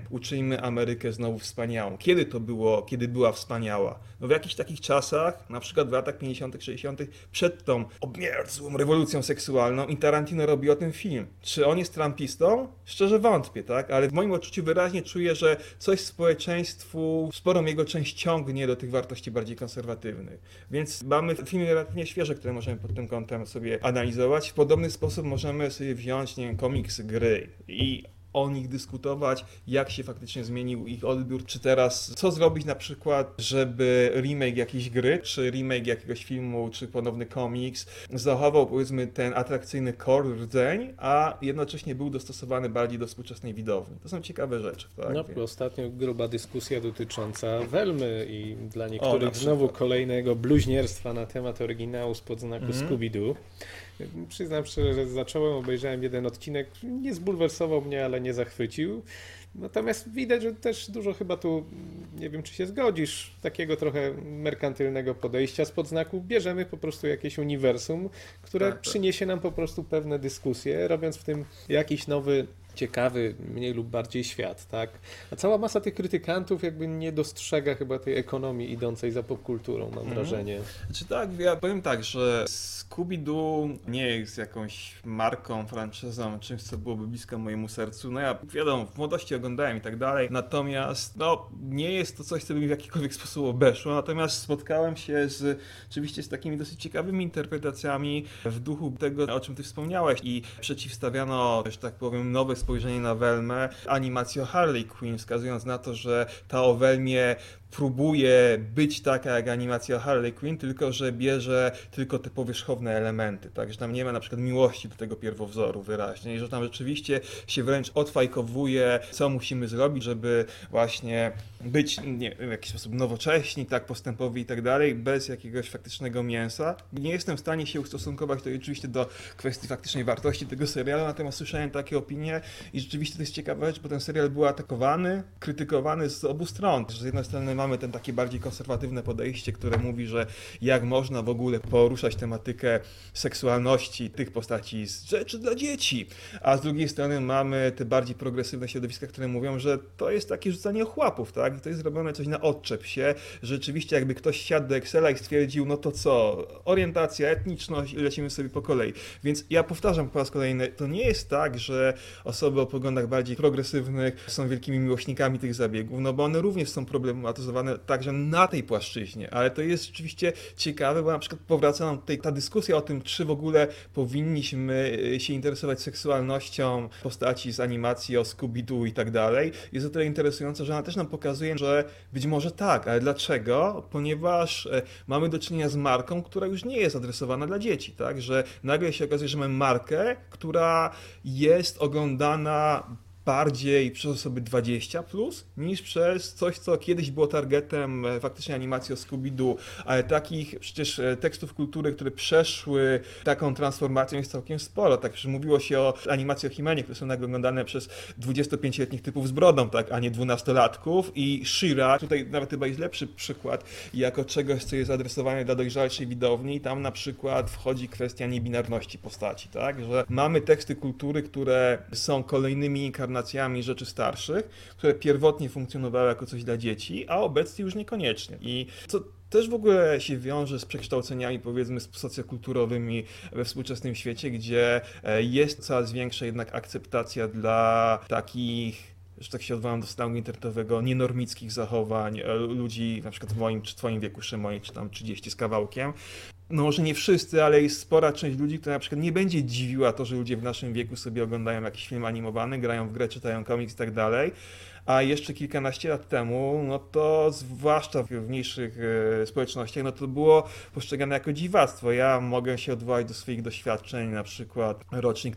uczyńmy Amerykę znowu wspaniałą. Kiedy to było, kiedy była wspaniała? No w jakichś takich czasach, na przykład w latach 50., 60., przed tą obmierzłą rewolucją seksualną i Tarantino robi o tym film. Czy on jest trumpistą? Szczerze wątpię, tak? Ale w moim odczuciu wyraźnie czuję, że coś w społeczeństwu, sporą jego część ciągnie do tych wartości bardziej konserwatywnych. Więc mamy filmy relatywnie świeże, które możemy pod tym kątem sobie analizować. W podobny sposób możemy sobie wziąć, nie wiem, komiksy, gry i o nich dyskutować, jak się faktycznie zmienił ich odbiór, czy teraz co zrobić na przykład, żeby remake jakiejś gry, czy remake jakiegoś filmu, czy ponowny komiks zachował powiedzmy ten atrakcyjny core rdzeń, a jednocześnie był dostosowany bardziej do współczesnej widowni. To są ciekawe rzeczy. Tak? No, ostatnio gruba dyskusja dotycząca Velmy i dla niektórych znowu kolejnego bluźnierstwa na temat oryginału spod znaku Scooby-Doo. Przyznam szczerze, że obejrzałem jeden odcinek, nie zbulwersował mnie, ale nie zachwycił. Natomiast widać, że też dużo chyba tu, nie wiem czy się zgodzisz, takiego trochę merkantylnego podejścia spod znaku. Bierzemy po prostu jakieś uniwersum, które przyniesie nam po prostu pewne dyskusje, robiąc w tym jakiś nowy, ciekawy, mniej lub bardziej świat, tak? A cała masa tych krytykantów jakby nie dostrzega chyba tej ekonomii idącej za popkulturą, mam wrażenie. Znaczy tak, ja powiem tak, że Scooby-Doo nie jest jakąś marką, franczyzą, czymś, co byłoby blisko mojemu sercu. No ja wiadomo, w młodości oglądałem i tak dalej, natomiast no nie jest to coś, co by mi w jakikolwiek sposób obeszło, natomiast spotkałem się oczywiście z takimi dosyć ciekawymi interpretacjami w duchu tego, o czym ty wspomniałeś i przeciwstawiano, że tak powiem, nowe spojrzenie na Velmę, animację Harley Quinn, wskazując na to, że ta o Velmie próbuje być taka jak animacja Harley Quinn, tylko że bierze tylko te powierzchowne elementy, tak, że tam nie ma na przykład miłości do tego pierwowzoru wyraźnie i że tam rzeczywiście się wręcz odfajkowuje, co musimy zrobić, żeby właśnie być w jakiś sposób nowocześni, tak, postępowi i tak dalej, bez jakiegoś faktycznego mięsa. Nie jestem w stanie się ustosunkować to oczywiście do kwestii faktycznej wartości tego serialu, natomiast słyszałem takie opinie i rzeczywiście to jest ciekawa rzecz, bo ten serial był atakowany, krytykowany z obu stron, że z jednej strony mamy ten takie bardziej konserwatywne podejście, które mówi, że jak można w ogóle poruszać tematykę seksualności tych postaci z rzeczy dla dzieci, a z drugiej strony mamy te bardziej progresywne środowiska, które mówią, że to jest takie rzucanie ochłapów, tak? I to jest robione coś na odczep się, że rzeczywiście jakby ktoś siadł do Excela i stwierdził, no to co, orientacja, etniczność i lecimy sobie po kolei. Więc ja powtarzam po raz kolejny, to nie jest tak, że osoby o poglądach bardziej progresywnych są wielkimi miłośnikami tych zabiegów, no bo one również są problematyzowane także na tej płaszczyźnie, ale to jest rzeczywiście ciekawe, bo na przykład powraca nam tutaj ta dyskusja o tym, czy w ogóle powinniśmy się interesować seksualnością postaci z animacji o Scooby-Doo i tak dalej, jest o tyle interesująca, że ona też nam pokazuje, że być może tak, ale dlaczego? Ponieważ mamy do czynienia z marką, która już nie jest adresowana dla dzieci, tak? Że nagle się okazuje, że mamy markę, która jest oglądana bardziej przez osoby 20 plus niż przez coś, co kiedyś było targetem faktycznie animacji o Scooby-Doo, ale takich przecież tekstów kultury, które przeszły taką transformacją jest całkiem sporo, tak, że mówiło się o animacji o He-Manie, które są nagle oglądane przez 25-letnich typów z brodą, tak, a nie 12-latków i She-Ra, tutaj nawet chyba jest lepszy przykład jako czegoś, co jest adresowane dla dojrzalszej widowni i tam na przykład wchodzi kwestia niebinarności postaci, tak, że mamy teksty kultury, które są kolejnymi inkarnacjami rzeczy starszych, które pierwotnie funkcjonowały jako coś dla dzieci, a obecnie już niekoniecznie. I co też w ogóle się wiąże z przekształceniami, powiedzmy, socjokulturowymi we współczesnym świecie, gdzie jest coraz większa jednak akceptacja dla takich, że tak się odwołam do slangu internetowego, nienormickich zachowań ludzi, na przykład w moim czy twoim wieku, Szymonie, czy tam 30 z kawałkiem. No może nie wszyscy, ale jest spora część ludzi, która na przykład nie będzie dziwiła to, że ludzie w naszym wieku sobie oglądają jakiś film animowany, grają w grę, czytają komiks i tak dalej. A jeszcze kilkanaście lat temu, no to zwłaszcza w mniejszych społecznościach, no to było postrzegane jako dziwactwo. Ja mogę się odwołać do swoich doświadczeń, na przykład rocznik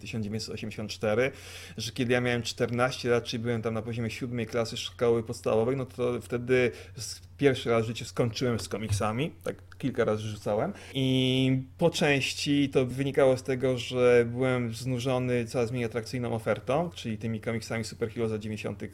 1984, że kiedy ja miałem 14 lat, czyli byłem tam na poziomie 7 klasy szkoły podstawowej, no to wtedy pierwszy raz w życiu skończyłem z komiksami, tak kilka razy rzucałem i po części to wynikało z tego, że byłem znużony coraz mniej atrakcyjną ofertą, czyli tymi komiksami superhero za 90. w końcowym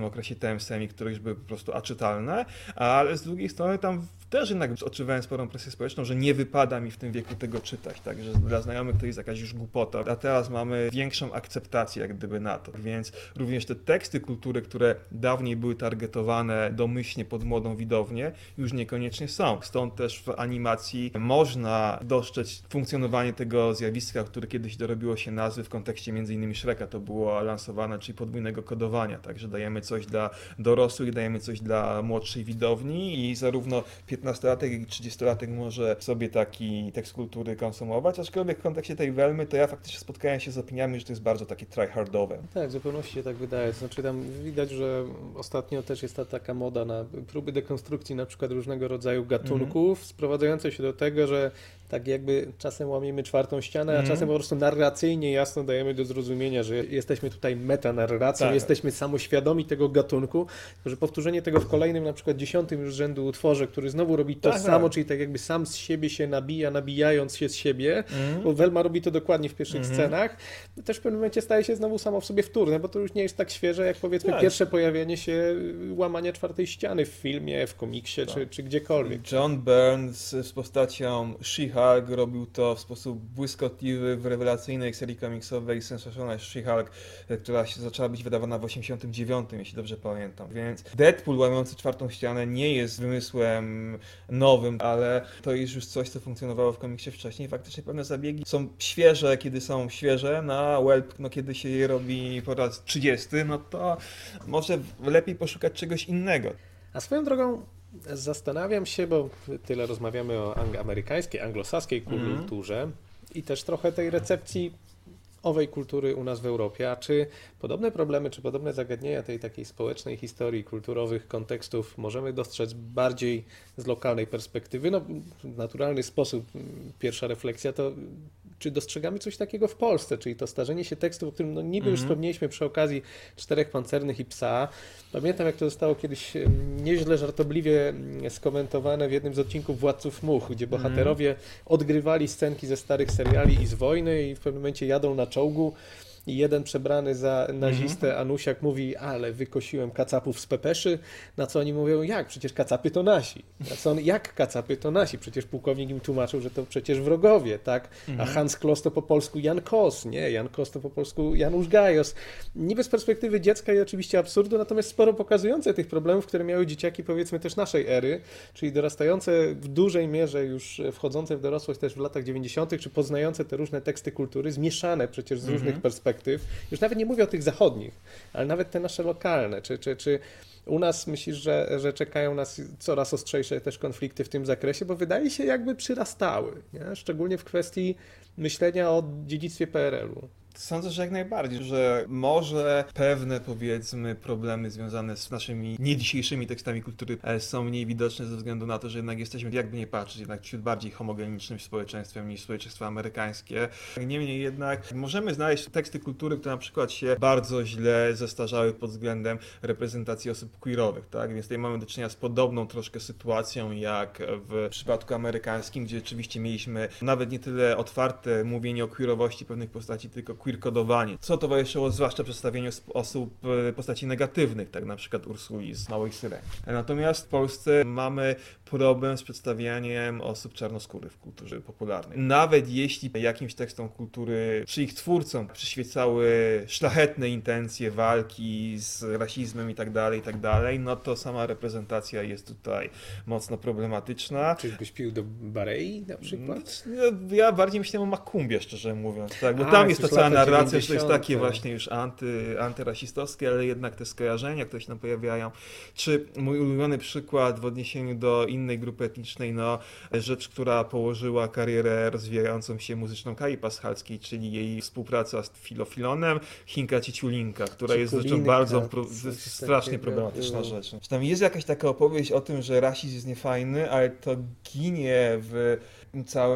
pewnym okresie TM-semi, które już były po prostu aczytalne, ale z drugiej strony tam też jednak odczuwałem sporą presję społeczną, że nie wypada mi w tym wieku tego czytać, także dla znajomych to jest jakaś już głupota, a teraz mamy większą akceptację jak gdyby na to, więc również te teksty kultury, które dawniej były targetowane domyślnie pod młodą widownię, już niekoniecznie są. Stąd też w animacji można dostrzec funkcjonowanie tego zjawiska, które kiedyś dorobiło się nazwy w kontekście m.in. Shreka, to było lansowane, czyli podwójnego kodowania, także dajemy coś dla dorosłych, dajemy coś dla młodszej widowni i zarówno 15-latek, jak i 30-latek może sobie taki tekst kultury konsumować, aczkolwiek w kontekście tej Velmy to ja faktycznie spotkałem się z opiniami, że to jest bardzo takie tryhardowe. Tak, w zupełności się tak wydaje. Znaczy tam widać, że ostatnio też jest ta taka moda na próby dekonstrukcji na przykład różnego rodzaju gatunków, sprowadzające się do tego, że tak jakby czasem łamiemy czwartą ścianę, a czasem po prostu narracyjnie jasno dajemy do zrozumienia, że jesteśmy tutaj metanarracją, Tak. jesteśmy samoświadomi tego gatunku, że powtórzenie tego w kolejnym, na przykład 10 już z rzędu utworze, który znowu robi to samo, czyli tak jakby sam z siebie się nabija, nabijając się z siebie, bo Velma robi to dokładnie w pierwszych scenach, też w pewnym momencie staje się znowu samo w sobie wtórne, bo to już nie jest tak świeże, jak powiedzmy pierwsze pojawienie się łamania czwartej ściany w filmie, w komiksie, czy gdziekolwiek. John Burns z postacią She-Hulk robił to w sposób błyskotliwy w rewelacyjnej serii komiksowej Sensational She-Hulk, która się zaczęła być wydawana w 89, jeśli dobrze pamiętam. Więc Deadpool łamiący czwartą ścianę nie jest wymysłem nowym, ale to jest już coś, co funkcjonowało w komiksie wcześniej. Faktycznie pewne zabiegi są świeże, kiedy są świeże, na Whelp, no kiedy się je robi po raz 30, no to może lepiej poszukać czegoś innego. A swoją drogą zastanawiam się, bo tyle rozmawiamy o amerykańskiej, anglosaskiej kulturze i też trochę tej recepcji owej kultury u nas w Europie, a czy podobne problemy, czy podobne zagadnienia tej takiej społecznej historii, kulturowych kontekstów możemy dostrzec bardziej z lokalnej perspektywy? No, w naturalny sposób pierwsza refleksja to, czy dostrzegamy coś takiego w Polsce, czyli to starzenie się tekstów, o którym no niby już wspomnieliśmy przy okazji Czterech Pancernych i Psa. Pamiętam, jak to zostało kiedyś nieźle żartobliwie skomentowane w jednym z odcinków Władców Much, gdzie bohaterowie odgrywali scenki ze starych seriali i z wojny i w pewnym momencie jadą na czołgu i jeden przebrany za nazistę Anusiak mówi, ale wykosiłem kacapów z pepeszy, na co oni mówią, jak? Przecież kacapy to nasi. Na co on, jak kacapy to nasi? Przecież pułkownik im tłumaczył, że to przecież wrogowie, tak? A Hans Kloss to po polsku Jan Kos, nie? Jan Kos to po polsku Janusz Gajos. Niby z perspektywy dziecka i oczywiście absurdu, natomiast sporo pokazujące tych problemów, które miały dzieciaki powiedzmy też naszej ery, czyli dorastające w dużej mierze już wchodzące w dorosłość też w latach 90., czy poznające te różne teksty kultury, zmieszane przecież z różnych perspektyw. Już nawet nie mówię o tych zachodnich, ale nawet te nasze lokalne. Czy u nas myślisz, że czekają nas coraz ostrzejsze też konflikty w tym zakresie, bo wydaje się jakby przyrastały, nie? Szczególnie w kwestii myślenia o dziedzictwie PRL-u. Sądzę, że jak najbardziej, że może pewne, powiedzmy, problemy związane z naszymi nie dzisiejszymi tekstami kultury są mniej widoczne ze względu na to, że jednak jesteśmy, jakby nie patrzeć, jednak wśród bardziej homogenicznym społeczeństwem niż społeczeństwo amerykańskie. Niemniej jednak możemy znaleźć teksty kultury, które na przykład się bardzo źle zestarzały pod względem reprezentacji osób queerowych, tak? Więc tutaj mamy do czynienia z podobną troszkę sytuacją jak w przypadku amerykańskim, gdzie rzeczywiście mieliśmy nawet nie tyle otwarte mówienie o queerowości pewnych postaci, tylko queer-kodowanie, co towarzyszyło zwłaszcza przedstawieniu osób postaci negatywnych, tak na przykład Ursuli z Małej Syreny. Natomiast w Polsce mamy problem z przedstawianiem osób czarnoskórych w kulturze popularnej. Nawet jeśli jakimś tekstom kultury, czy ich twórcom przyświecały szlachetne intencje walki z rasizmem i tak dalej, no to sama reprezentacja jest tutaj mocno problematyczna. Czyżbyś pił do Barei na przykład? Ja bardziej myślałem o Makumbie, szczerze mówiąc, tak, bo tam jest ta cała narracja, że to jest takie właśnie już antyrasistowskie, ale jednak te skojarzenia, które się tam pojawiają. Czy mój ulubiony przykład w odniesieniu do innej grupy etnicznej, no rzecz, która położyła karierę rozwijającą się muzyczną Kai Paschalskiej, czyli jej współpraca z Filofilonem, Hinka Ciciulinka, która jest rzeczą bardzo strasznie problematyczna rzecz. Tam jest jakaś taka opowieść o tym, że rasizm jest niefajny, ale to ginie w całym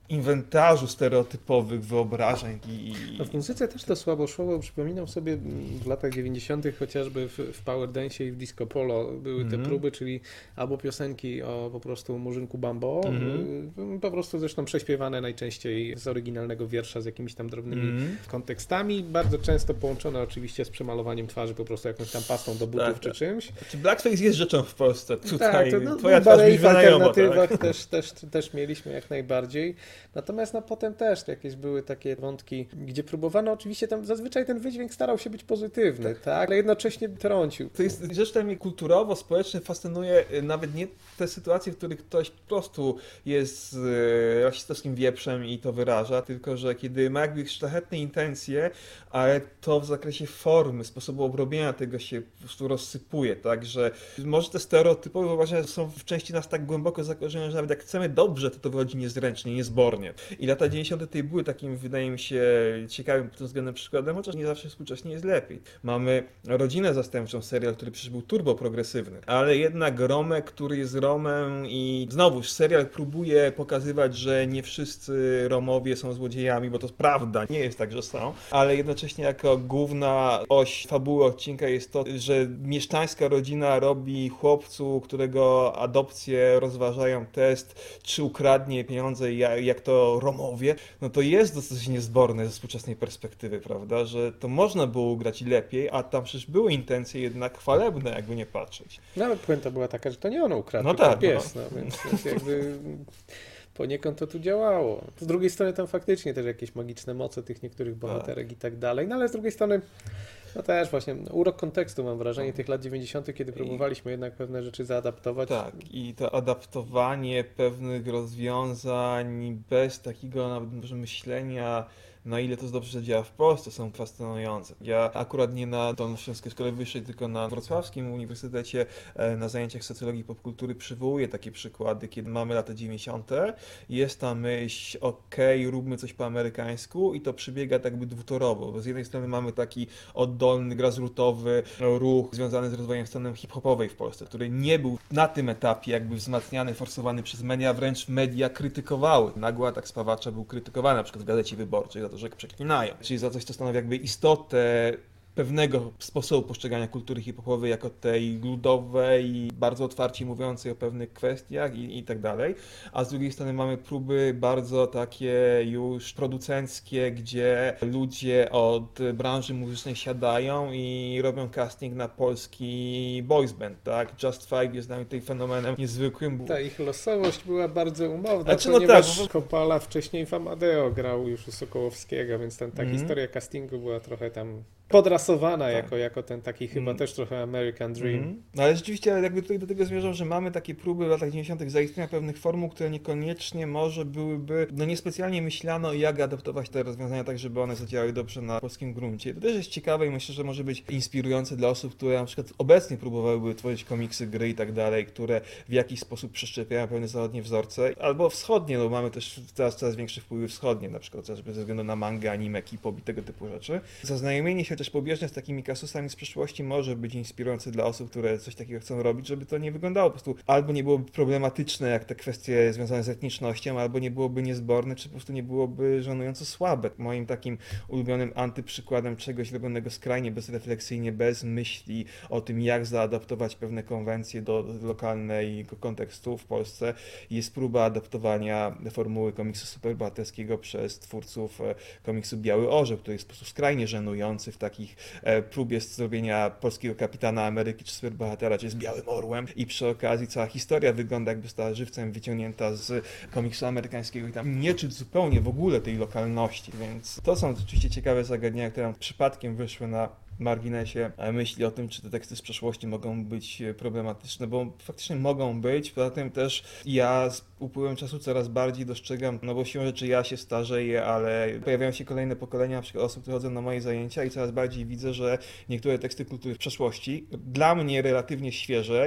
inwentarzu stereotypowych wyobrażeń No w muzyce też to słabo szło, bo przypominam sobie w latach 90. chociażby w Power Dance i w Disco Polo były te próby, czyli albo piosenki o po prostu Murzynku Bambo, po prostu zresztą prześpiewane najczęściej z oryginalnego wiersza z jakimiś tam drobnymi kontekstami, bardzo często połączone oczywiście z przemalowaniem twarzy po prostu jakąś tam pastą do butów czy czymś. Czy blackface jest rzeczą w Polsce? Tutaj Tak, to, twoja w twarz mi w wynajoma, alternatywach tak? też mieliśmy jak najbardziej. Natomiast no potem też jakieś były takie wątki, gdzie próbowano oczywiście tam zazwyczaj ten wydźwięk starał się być pozytywny, tak? Ale jednocześnie trącił. To jest rzecz, która mnie kulturowo, społecznie fascynuje, nawet nie te sytuacje, w których ktoś po prostu jest rasistowskim wieprzem i to wyraża, tylko że kiedy ma jakby szlachetne intencje, ale to w zakresie formy, sposobu obrobienia tego się po prostu rozsypuje, tak, że może te stereotypowe wyobrażenia są w części nas tak głęboko zakorzenione, że nawet jak chcemy dobrze, to wychodzi niezręcznie, niezbornie. I lata 90. tutaj były takim, wydaje mi się, ciekawym pod tym względem przykładem, chociaż nie zawsze współcześnie jest lepiej. Mamy Rodzinę Zastępczą, serial, który przecież był turbo progresywny, ale jednak Romek, który jest Romem i znowuż serial próbuje pokazywać, że nie wszyscy Romowie są złodziejami, bo to prawda, nie jest tak, że są, ale jednocześnie jako główna oś fabuły odcinka jest to, że mieszczańska rodzina robi chłopcu, którego adopcję rozważają test, czy ukradnie pieniądze jak to Romowie, no to jest dosyć niezborne ze współczesnej perspektywy, prawda, że to można było ugrać lepiej, a tam przecież były intencje jednak chwalebne, jakby nie patrzeć. Nawet puenta była taka, że to nie ono ukradł, No tylko tak, pies, no więc jakby poniekąd to tu działało. Z drugiej strony tam faktycznie też jakieś magiczne moce tych niektórych bohaterek i tak dalej, no ale z drugiej strony no też właśnie urok kontekstu, mam wrażenie, tych lat 90., kiedy próbowaliśmy jednak pewne rzeczy zaadaptować. Tak, i to adaptowanie pewnych rozwiązań bez takiego nawet może myślenia, na ile to jest dobrze, że działa w Polsce, są fascynujące. Ja akurat nie na Dolnośląskiej Szkole Wyższej, tylko na Wrocławskim Uniwersytecie na zajęciach socjologii i popkultury przywołuję takie przykłady, kiedy mamy lata 90., jest ta myśl, róbmy coś po amerykańsku i to przebiega tak jakby dwutorowo, bo z jednej strony mamy taki oddolny, grassrootowy ruch związany z rozwojem sceny hip-hopowej w Polsce, który nie był na tym etapie jakby wzmacniany, forsowany przez media, wręcz media krytykowały. Nagły atak Spawacza był krytykowany na przykład w Gazecie Wyborczej za to, że przeklinają, czyli za coś, co stanowi jakby istotę pewnego sposobu postrzegania kultury hip-hopowej jako tej ludowej, bardzo otwarcie mówiącej o pewnych kwestiach i tak dalej, a z drugiej strony mamy próby bardzo takie już producenckie, gdzie ludzie od branży muzycznej siadają i robią casting na polski boys band, tak? Just Five jest dla mnie tutaj fenomenem niezwykłym. Ta ich losowość była bardzo umowna, Znaczy, ponieważ no tak, Kopala wcześniej w Amadeo grał już u Sokołowskiego, więc ta historia castingu była trochę tam podrasowana jako ten taki chyba też trochę American Dream. No ale rzeczywiście jakby tutaj do tego zmierzam, że mamy takie próby w latach 90. zaistnienia pewnych formuł, które niekoniecznie może byłyby, no niespecjalnie myślano, jak adaptować te rozwiązania tak, żeby one zadziałały dobrze na polskim gruncie. To też jest ciekawe i myślę, że może być inspirujące dla osób, które na przykład obecnie próbowałyby tworzyć komiksy, gry i tak dalej, które w jakiś sposób przeszczepiają pewne zachodnie wzorce, albo wschodnie, no mamy też teraz coraz większe wpływy wschodnie, na przykład chociażby ze względu na mangę, anime, K-pop i tego typu rzeczy. Zaznajomienie się też pobieżnie z takimi kasusami z przeszłości może być inspirujące dla osób, które coś takiego chcą robić, żeby to nie wyglądało po prostu albo nie byłoby problematyczne jak te kwestie związane z etnicznością, albo nie byłoby niezborne, czy po prostu nie byłoby żenująco słabe. Moim takim ulubionym antyprzykładem czegoś robionego skrajnie bezrefleksyjnie, bez myśli o tym, jak zaadaptować pewne konwencje do lokalnego kontekstu w Polsce, jest próba adaptowania formuły komiksu superbohaterskiego przez twórców komiksu Biały Orzeł, który jest po prostu skrajnie żenujący w takich próbie zrobienia polskiego kapitana Ameryki czy superbohatera, czy z Białym Orłem i przy okazji cała historia wygląda jakby została żywcem wyciągnięta z komiksu amerykańskiego i tam nie czuć zupełnie w ogóle tej lokalności, więc to są oczywiście ciekawe zagadnienia, które przypadkiem wyszły na marginesie myśli o tym, czy te teksty z przeszłości mogą być problematyczne, bo faktycznie mogą być, poza tym też ja z upływem czasu coraz bardziej dostrzegam, no bo siłą rzeczy ja się starzeję, ale pojawiają się kolejne pokolenia, na przykład osób, które chodzą na moje zajęcia i coraz bardziej widzę, że niektóre teksty kultury z przeszłości, dla mnie relatywnie świeżej,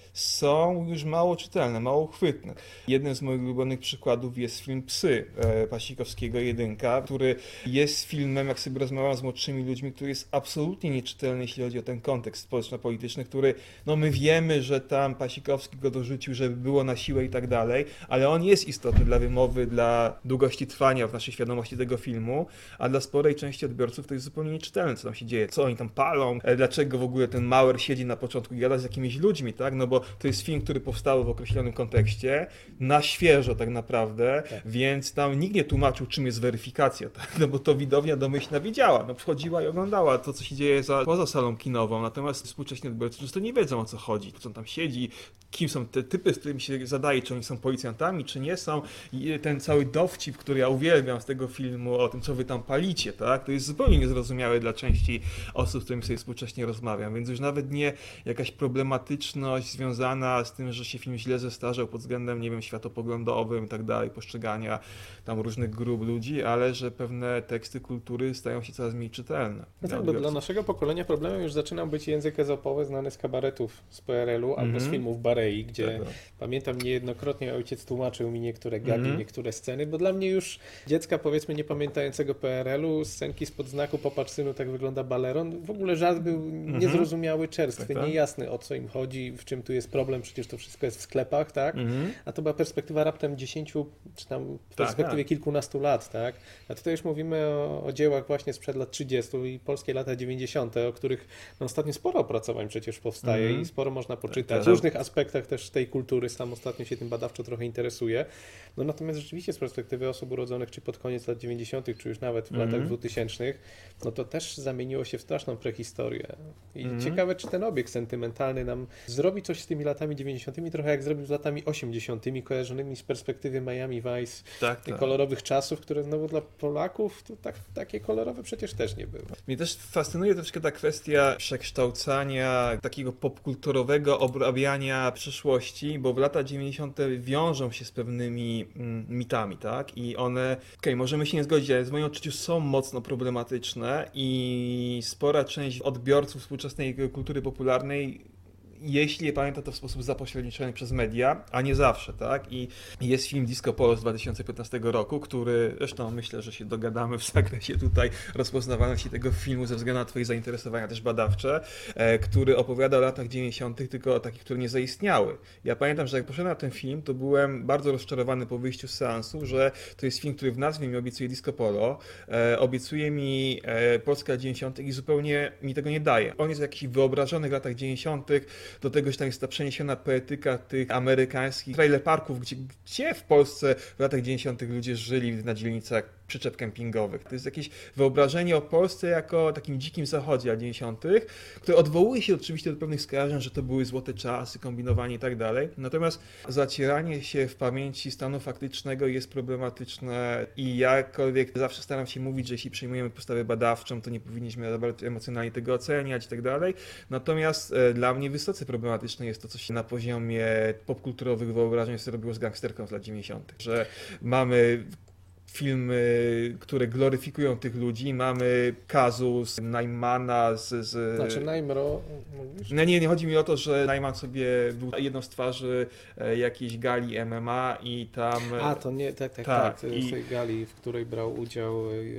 są już mało czytelne, mało chwytne. Jednym z moich ulubionych przykładów jest film Psy Pasikowskiego Jedynka, który jest filmem, jak sobie rozmawiam z młodszymi ludźmi, który jest absolutnie nieczytelny, jeśli chodzi o ten kontekst społeczno-polityczny, który, no my wiemy, że tam Pasikowski go dorzucił, żeby było na siłę i tak dalej, ale on jest istotny dla wymowy, dla długości trwania w naszej świadomości tego filmu, a dla sporej części odbiorców to jest zupełnie nieczytelne, co tam się dzieje, co oni tam palą, dlaczego w ogóle ten Mauer siedzi na początku i gada z jakimiś ludźmi, tak? No bo to jest film, który powstał w określonym kontekście, na świeżo tak naprawdę, więc tam nikt nie tłumaczył, czym jest weryfikacja, tak? No bo to widownia domyślna widziała, no wchodziła i oglądała to, co się dzieje poza salą kinową, natomiast współcześni odbiorcy często nie wiedzą, o co chodzi, co on tam siedzi, kim są te typy, z którymi się zadaje, czy oni są policjantami, czy nie są. I ten cały dowcip, który ja uwielbiam z tego filmu o tym, co wy tam palicie, tak? To jest zupełnie niezrozumiałe dla części osób, z którymi sobie współcześnie rozmawiam, więc już nawet nie jakaś problematyczność związana z tym, że się film źle zestarzał pod względem, nie wiem, światopoglądowym i tak dalej, postrzegania tam różnych grup ludzi, ale że pewne teksty kultury stają się coraz mniej czytelne. No tak, bo dla naszego pokolenia problemem już zaczynał być język ezopowy znany z kabaretów z PRL-u albo z filmów Barei, gdzie pamiętam niejednokrotnie ojciec tłumaczył mi niektóre gagi, niektóre sceny, bo dla mnie już dziecka, powiedzmy, nie pamiętającego PRL-u, scenki spod znaku "Popatrz synu, tak wygląda baleron", w ogóle żart był niezrozumiały, czerstwy, niejasny, o co im chodzi, w czym tu jest problem, przecież to wszystko jest w sklepach, tak? A to była perspektywa raptem 10, czy tam w perspektywie kilkunastu lat, tak? A tutaj już mówimy o dziełach właśnie sprzed lat 30 i polskie lata 90., o których no, ostatnio sporo opracowań przecież powstaje i sporo można poczytać. W różnych aspektach też tej kultury, sam ostatnio się tym badawczo trochę interesuję. No natomiast rzeczywiście z perspektywy osób urodzonych czy pod koniec lat 90., czy już nawet w latach 2000, no to też zamieniło się w straszną prehistorię. I ciekawe, czy ten obieg sentymentalny nam zrobi coś z tymi latami 90., trochę jak zrobił z latami 80., kojarzonymi z perspektywy Miami Vice, kolorowych czasów, które znowu dla Polaków to takie kolorowe przecież też nie były. Mnie też fascynuje troszkę ta kwestia przekształcania, takiego popkulturowego obrabiania przyszłości, bo w lata 90. wiążą się z pewnymi mitami, tak? I one, możemy się nie zgodzić, ale w moim odczuciu są mocno problematyczne i spora część odbiorców współczesnej kultury popularnej, jeśli je pamięta, to w sposób zapośredniczony przez media, a nie zawsze, tak? I jest film Disco Polo z 2015 roku, który, zresztą myślę, że się dogadamy w zakresie tutaj rozpoznawalności tego filmu ze względu na twoje zainteresowania też badawcze, który opowiada o latach 90., tylko o takich, które nie zaistniały. Ja pamiętam, że jak poszedłem na ten film, to byłem bardzo rozczarowany po wyjściu z seansu, że to jest film, który w nazwie mi obiecuje Disco Polo, obiecuje mi Polska lat 90. i zupełnie mi tego nie daje. On jest w jakichś wyobrażonych latach 90., do tego, że tam jest ta przeniesiona poetyka tych amerykańskich trailer parków, gdzie w Polsce w latach 90. ludzie żyli na dzielnicach przyczep kempingowych. To jest jakieś wyobrażenie o Polsce jako takim dzikim zachodzie lat 90., które odwołuje się oczywiście do pewnych skojarzeń, że to były złote czasy, kombinowanie i tak dalej. Natomiast zacieranie się w pamięci stanu faktycznego jest problematyczne i jakkolwiek zawsze staram się mówić, że jeśli przyjmujemy postawę badawczą, to nie powinniśmy za bardzo emocjonalnie tego oceniać i tak dalej. Natomiast dla mnie wysoce problematyczne jest to, co się na poziomie popkulturowych wyobrażeń robiło z gangsterką z lat 90., że mamy filmy, które gloryfikują tych ludzi. Mamy kazus Najmana Znaczy Najmro... Nie chodzi mi o to, że Najman sobie był jedną z twarzy jakiejś gali MMA i tam... to nie, tak. Z tej gali, w której brał udział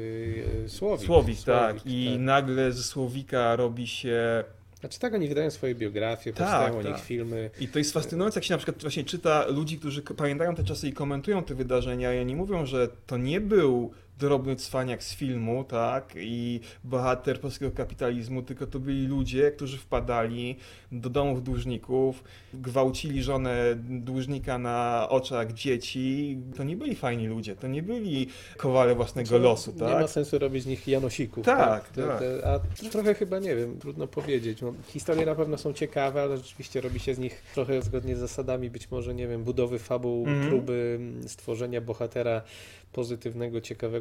Słowik, tak. I nagle ze Słowika robi się... Znaczy tak, oni wydają swoje biografie, powstają o nich filmy. I to jest fascynujące, jak się na przykład właśnie czyta ludzi, którzy pamiętają te czasy i komentują te wydarzenia i oni mówią, że to nie był drobny cwaniak z filmu, tak, i bohater polskiego kapitalizmu, tylko to byli ludzie, którzy wpadali do domów dłużników, gwałcili żonę dłużnika na oczach dzieci. To nie byli fajni ludzie, to nie byli kowale własnego losu, tak? Nie ma sensu robić z nich Janosików. Tak. A trochę chyba, nie wiem, trudno powiedzieć. No, historie na pewno są ciekawe, ale rzeczywiście robi się z nich trochę zgodnie z zasadami, być może, nie wiem, budowy fabuł, próby stworzenia bohatera pozytywnego, ciekawego,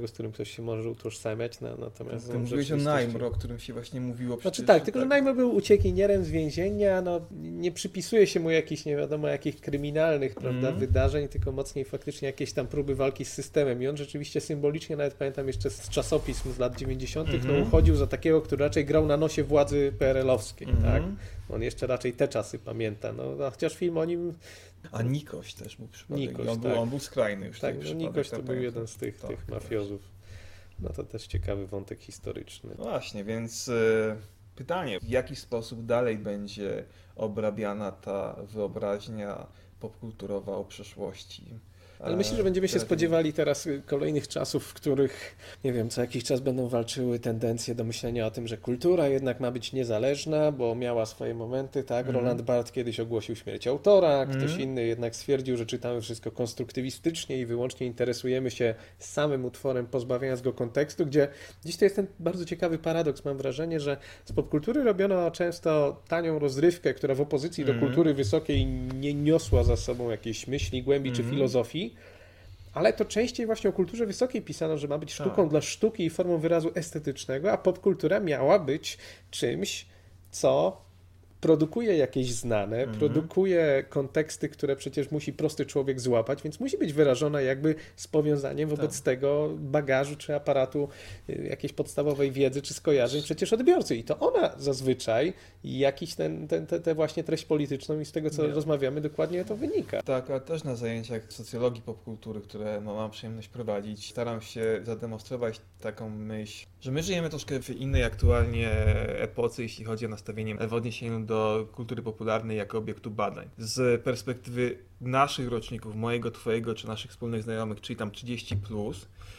z którym ktoś się może utożsamiać, natomiast... Mówiłeś o Najmro, o którym się właśnie mówiło przecież. Znaczy tak, tylko że Najmro był uciekinierem z więzienia, nie przypisuje się mu jakichś nie wiadomo jakich kryminalnych, prawda, wydarzeń, tylko mocniej faktycznie jakieś tam próby walki z systemem i on rzeczywiście symbolicznie, nawet pamiętam jeszcze z czasopism z lat 90. Uchodził za takiego, który raczej grał na nosie władzy PRL-owskiej, tak? On jeszcze raczej te czasy pamięta, chociaż film o nim... A Nikoś też był przypadek. Nikoś, on był skrajny już. Tak, Nikoś to był jeden z tych mafiozów. No to też ciekawy wątek historyczny. No właśnie, więc pytanie, w jaki sposób dalej będzie obrabiana ta wyobraźnia popkulturowa o przeszłości? Ale myślę, że będziemy się spodziewali teraz kolejnych czasów, w których, nie wiem, co jakiś czas będą walczyły tendencje do myślenia o tym, że kultura jednak ma być niezależna, bo miała swoje momenty, tak? Roland Barthes kiedyś ogłosił śmierć autora, ktoś inny jednak stwierdził, że czytamy wszystko konstruktywistycznie i wyłącznie interesujemy się samym utworem, pozbawiając go kontekstu, gdzie dziś to jest ten bardzo ciekawy paradoks, mam wrażenie, że z popkultury robiono często tanią rozrywkę, która w opozycji do kultury wysokiej nie niosła za sobą jakiejś myśli, głębi czy filozofii, ale to częściej właśnie o kulturze wysokiej pisano, że ma być sztuką dla sztuki i formą wyrazu estetycznego, a popkultura miała być czymś, co produkuje jakieś znane, produkuje konteksty, które przecież musi prosty człowiek złapać, więc musi być wyrażona jakby z powiązaniem wobec tego bagażu czy aparatu jakiejś podstawowej wiedzy czy skojarzeń przecież odbiorcy. I to ona zazwyczaj jakiś tę właśnie treść polityczną i z tego, co rozmawiamy, dokładnie to wynika. Tak, ale też na zajęciach socjologii popkultury, które mam przyjemność prowadzić, staram się zademonstrować taką myśl, że my żyjemy troszkę w innej aktualnie epoce, jeśli chodzi o nastawienie w odniesieniu do kultury popularnej jako obiektu badań. Z perspektywy naszych roczników, mojego, twojego czy naszych wspólnych znajomych, czyli tam 30+,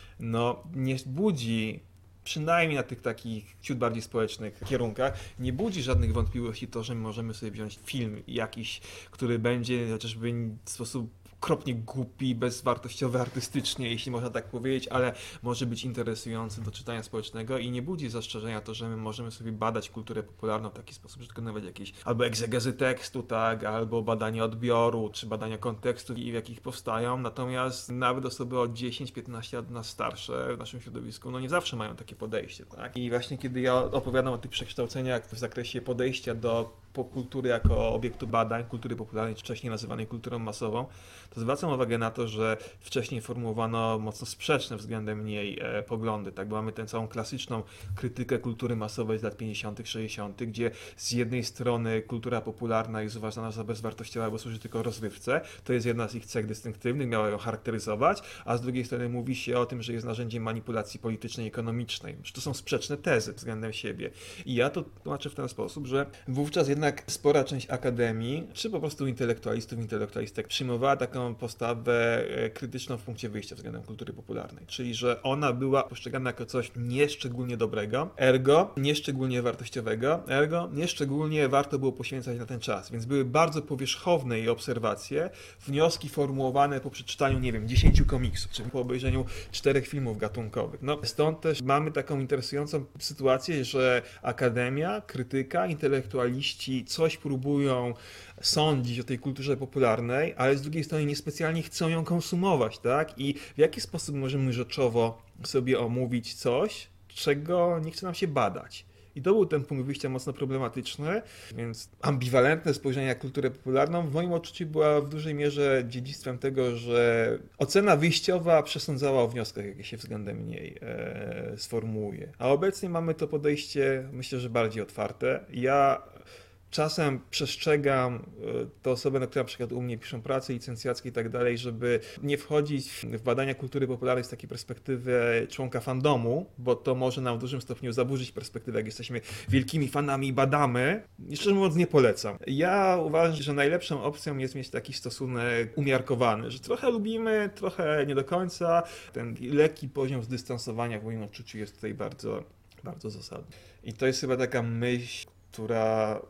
nie budzi, przynajmniej na tych takich ciut bardziej społecznych kierunkach, nie budzi żadnych wątpliwości to, że my możemy sobie wziąć film jakiś, który będzie chociażby w sposób okropnie głupi, bezwartościowy artystycznie, jeśli można tak powiedzieć, ale może być interesujący do czytania społecznego i nie budzi zastrzeżenia to, że my możemy sobie badać kulturę popularną w taki sposób, że wykonywać jakieś albo egzegezy tekstu, tak, albo badania odbioru, czy badania kontekstów, w jakich powstają, natomiast nawet osoby o 10-15 lat nas starsze w naszym środowisku, nie zawsze mają takie podejście, tak. I właśnie kiedy ja opowiadam o tych przekształceniach w zakresie podejścia do popkultury jako obiektu badań, kultury popularnej, czy wcześniej nazywanej kulturą masową, to zwracam uwagę na to, że wcześniej formułowano mocno sprzeczne względem niej poglądy. Tak, bo mamy tę całą klasyczną krytykę kultury masowej z lat 50., 60., gdzie z jednej strony kultura popularna jest uważana za bezwartościowa, bo służy tylko rozrywce, to jest jedna z ich cech dystynktywnych, miała ją charakteryzować, a z drugiej strony mówi się o tym, że jest narzędziem manipulacji politycznej i ekonomicznej. To są sprzeczne tezy względem siebie. I ja to tłumaczę w ten sposób, że wówczas jednak spora część akademii, czy po prostu intelektualistów, intelektualistek przyjmowała taką postawę krytyczną w punkcie wyjścia względem kultury popularnej. Czyli, że ona była postrzegana jako coś nieszczególnie dobrego, ergo nieszczególnie wartościowego, ergo nieszczególnie warto było poświęcać na ten czas. Więc były bardzo powierzchowne jej obserwacje, wnioski formułowane po przeczytaniu, 10 komiksów, czy po obejrzeniu 4 filmów gatunkowych. Stąd też mamy taką interesującą sytuację, że akademia, krytyka, intelektualiści coś próbują sądzić o tej kulturze popularnej, ale z drugiej strony niespecjalnie chcą ją konsumować, tak? I w jaki sposób możemy rzeczowo sobie omówić coś, czego nie chce nam się badać? I to był ten punkt wyjścia mocno problematyczny, więc ambiwalentne spojrzenie na kulturę popularną w moim odczuciu była w dużej mierze dziedzictwem tego, że ocena wyjściowa przesądzała o wnioskach, jakie się względem niej sformułuje. A obecnie mamy to podejście, myślę, że bardziej otwarte. Ja czasem przestrzegam te osoby, które na przykład u mnie piszą prace licencjackie i tak dalej, żeby nie wchodzić w badania kultury popularnej z takiej perspektywy członka fandomu, bo to może nam w dużym stopniu zaburzyć perspektywę, jak jesteśmy wielkimi fanami i badamy. I szczerze mówiąc nie polecam. Ja uważam, że najlepszą opcją jest mieć taki stosunek umiarkowany, że trochę lubimy, trochę nie do końca. Ten lekki poziom zdystansowania w moim odczuciu jest tutaj bardzo, bardzo zasadny. I to jest chyba taka myśl, która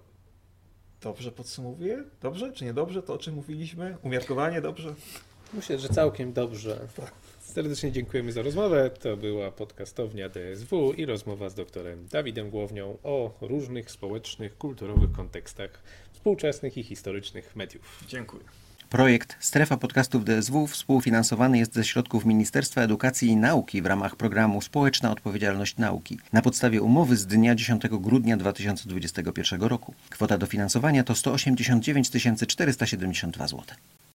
dobrze podsumowuje? Dobrze czy niedobrze to, o czym mówiliśmy? Umiarkowanie dobrze? Myślę, że całkiem dobrze. Serdecznie dziękujemy za rozmowę. To była podcastownia DSW i rozmowa z doktorem Dawidem Głownią o różnych społecznych, kulturowych kontekstach współczesnych i historycznych mediów. Dziękuję. Projekt Strefa Podcastów DSW współfinansowany jest ze środków Ministerstwa Edukacji i Nauki w ramach programu Społeczna Odpowiedzialność Nauki na podstawie umowy z dnia 10 grudnia 2021 roku. Kwota dofinansowania to 189 472 zł.